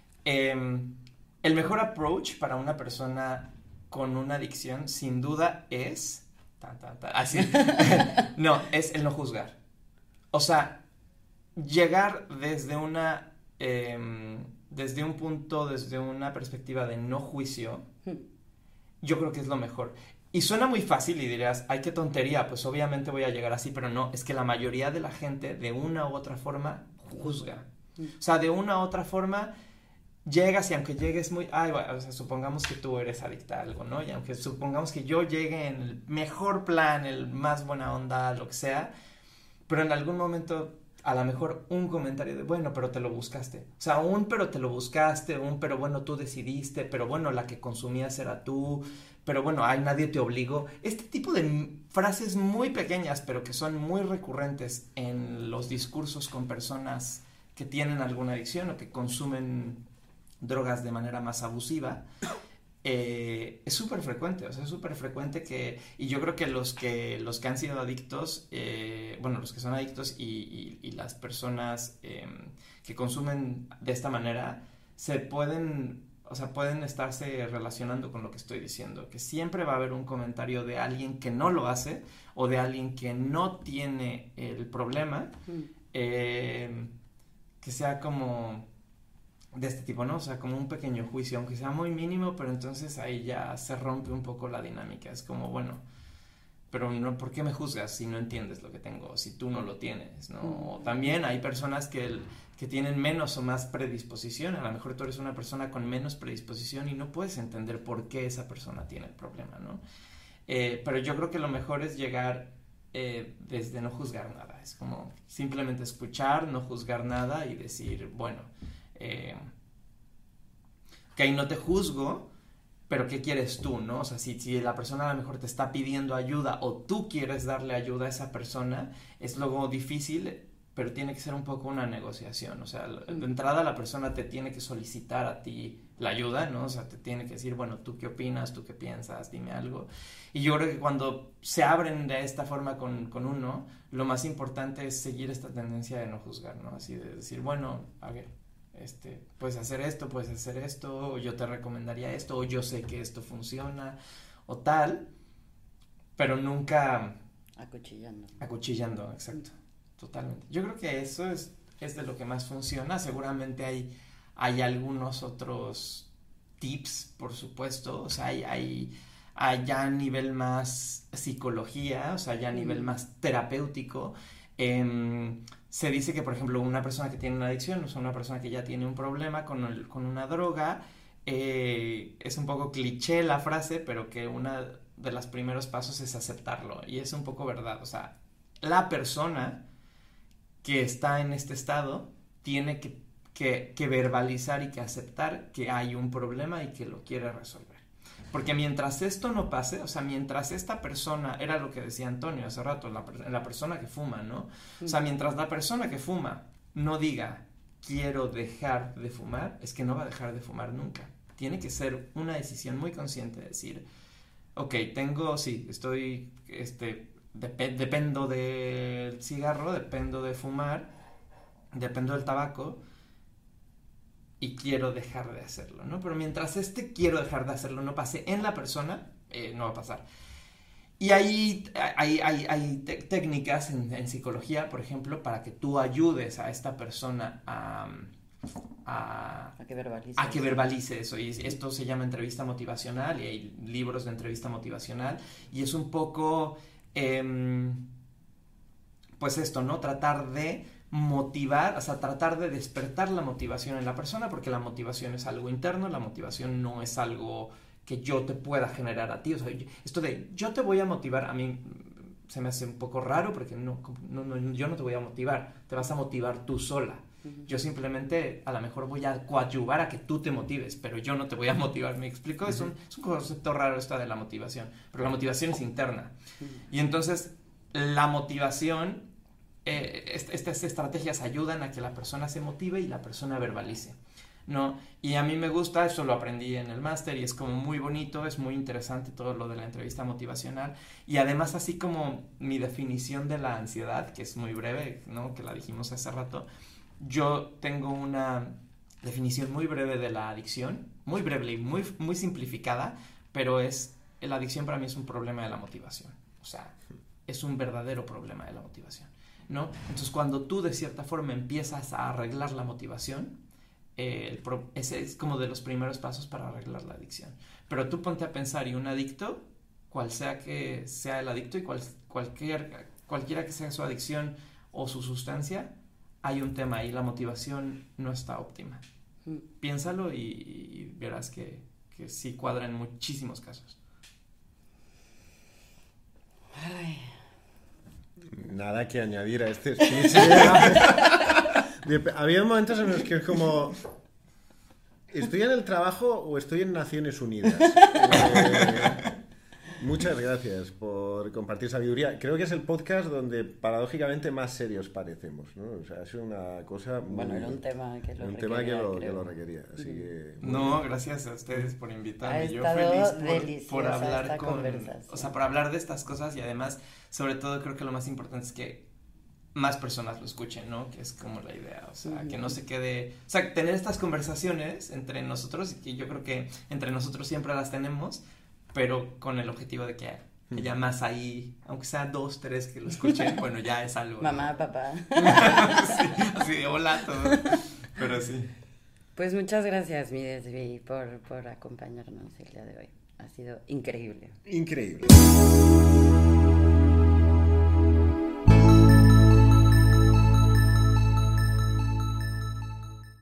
El mejor approach para una persona con una adicción sin duda es... Así. No, es el no juzgar. O sea, llegar desde desde un punto, desde una perspectiva de no juicio, yo creo que es lo mejor. Y suena muy fácil y dirás, ay, qué tontería, pues obviamente voy a llegar así, pero no, es que la mayoría de la gente de una u otra forma juzga. O sea, de una u otra forma llegas y aunque llegues muy... o sea, supongamos que tú eres adicta a algo, ¿no? Y aunque supongamos que yo llegue en el mejor plan, el más buena onda, lo que sea, pero en algún momento a lo mejor un comentario de, bueno, pero te lo buscaste. O sea, pero te lo buscaste, pero bueno, tú decidiste, pero bueno, la que consumías era tú, pero bueno, nadie te obligó. Este tipo de frases muy pequeñas, pero que son muy recurrentes en los discursos con personas que tienen alguna adicción o que consumen drogas de manera más abusiva, es súper frecuente, o sea, es súper frecuente y yo creo que los que han sido adictos, los que son adictos y las personas que consumen de esta manera, pueden estarse relacionando con lo que estoy diciendo, que siempre va a haber un comentario de alguien que no lo hace, o de alguien que no tiene el problema, que sea como... de este tipo, ¿no? O sea, como un pequeño juicio, aunque sea muy mínimo, pero entonces ahí ya se rompe un poco la dinámica. Es como, bueno, pero no, ¿por qué me juzgas si no entiendes lo que tengo? Si tú no lo tienes, ¿no? O también hay personas que tienen menos o más predisposición. A lo mejor tú eres una persona con menos predisposición y no puedes entender por qué esa persona tiene el problema, ¿no? Pero yo creo que lo mejor es llegar desde no juzgar nada. Es como simplemente escuchar, no juzgar nada y decir, bueno... que ahí no te juzgo, pero ¿qué quieres tú, no? O sea, si la persona a lo mejor te está pidiendo ayuda o tú quieres darle ayuda a esa persona, es luego difícil, pero tiene que ser un poco una negociación. O sea, de entrada la persona te tiene que solicitar a ti la ayuda, ¿no? O sea, te tiene que decir, bueno, ¿tú qué opinas? ¿Tú qué piensas? Dime algo. Y yo creo que cuando se abren de esta forma con uno, lo más importante es seguir esta tendencia de no juzgar, ¿no? Así de decir, bueno, a ver, puedes hacer esto, o yo te recomendaría esto, o yo sé que esto funciona, o tal, pero nunca... Acuchillando, exacto, totalmente. Yo creo que eso es de lo que más funciona. Seguramente hay algunos otros tips, por supuesto, o sea, hay ya a nivel más psicología, o sea, ya a nivel más terapéutico. Se dice que, por ejemplo, una persona que tiene una adicción, o sea, una persona que ya tiene un problema con una droga, es un poco cliché la frase, pero que uno de los primeros pasos es aceptarlo, y es un poco verdad. O sea, la persona que está en este estado tiene que que verbalizar y que aceptar que hay un problema y que lo quiere resolver. Porque mientras esto no pase, o sea, mientras esta persona, era lo que decía Antonio hace rato, la persona que fuma, ¿no? O sea, mientras la persona que fuma no diga, quiero dejar de fumar, es que no va a dejar de fumar nunca. Tiene que ser una decisión muy consciente de decir, ok, dependo del cigarro, dependo de fumar, dependo del tabaco, y quiero dejar de hacerlo, ¿no? Pero mientras quiero dejar de hacerlo no pase en la persona, no va a pasar. Y hay técnicas en psicología, por ejemplo, para que tú ayudes a esta persona a que verbalice eso. Y esto se llama entrevista motivacional, y hay libros de entrevista motivacional, y es un poco, pues esto, ¿no? Tratar de motivar, o sea, tratar de despertar la motivación en la persona, porque la motivación es algo interno, la motivación no es algo que yo te pueda generar a ti. O sea, esto de yo te voy a motivar, a mí se me hace un poco raro, porque no, yo no te voy a motivar, te vas a motivar tú sola. Yo simplemente a lo mejor voy a coadyuvar a que tú te motives, pero yo no te voy a motivar, ¿me explico? Es un concepto raro esta de la motivación, pero la motivación es interna. Y entonces la motivación, estas estrategias ayudan a que la persona se motive y la persona verbalice, ¿no? Y a mí me gusta, eso lo aprendí en el máster y es como muy bonito, es muy interesante todo lo de la entrevista motivacional, y además así como mi definición de la ansiedad, que es muy breve, ¿no? Que la dijimos hace rato, yo tengo una definición muy breve de la adicción, muy breve y muy simplificada, pero la adicción para mí es un problema de la motivación, o sea, es un verdadero problema de la motivación, ¿no? Entonces cuando tú de cierta forma empiezas a arreglar la motivación, ese es como de los primeros pasos para arreglar la adicción. Pero tú ponte a pensar, y un adicto, cual sea que sea el adicto, y cualquiera que sea su adicción o su sustancia, hay un tema ahí, la motivación no está óptima. Piénsalo y verás que sí cuadra en muchísimos casos. Ay. Nada que añadir a este speech. Había momentos en los que es como, ¿estoy en el trabajo o estoy en Naciones Unidas? Muchas gracias por compartir sabiduría. Creo que es el podcast donde paradójicamente más serios parecemos, ¿no? O sea, es una cosa muy... Bueno, era un tema que lo requería. Así que, no, gracias a ustedes por invitarme. Yo feliz por hablar por hablar de estas cosas, y además, sobre todo, creo que lo más importante es que más personas lo escuchen, ¿no? Que es como la idea, o sea, que no se quede... O sea, tener estas conversaciones entre nosotros, y que yo creo que entre nosotros siempre las tenemos, pero con el objetivo de que haya más ahí, aunque sea 2, 3 que lo escuchen, bueno, ya es algo, ¿no? Mamá, papá. Sí, así, hola a todos, pero sí. Pues muchas gracias, mi Desvi, por acompañarnos el día de hoy. Ha sido increíble. Increíble.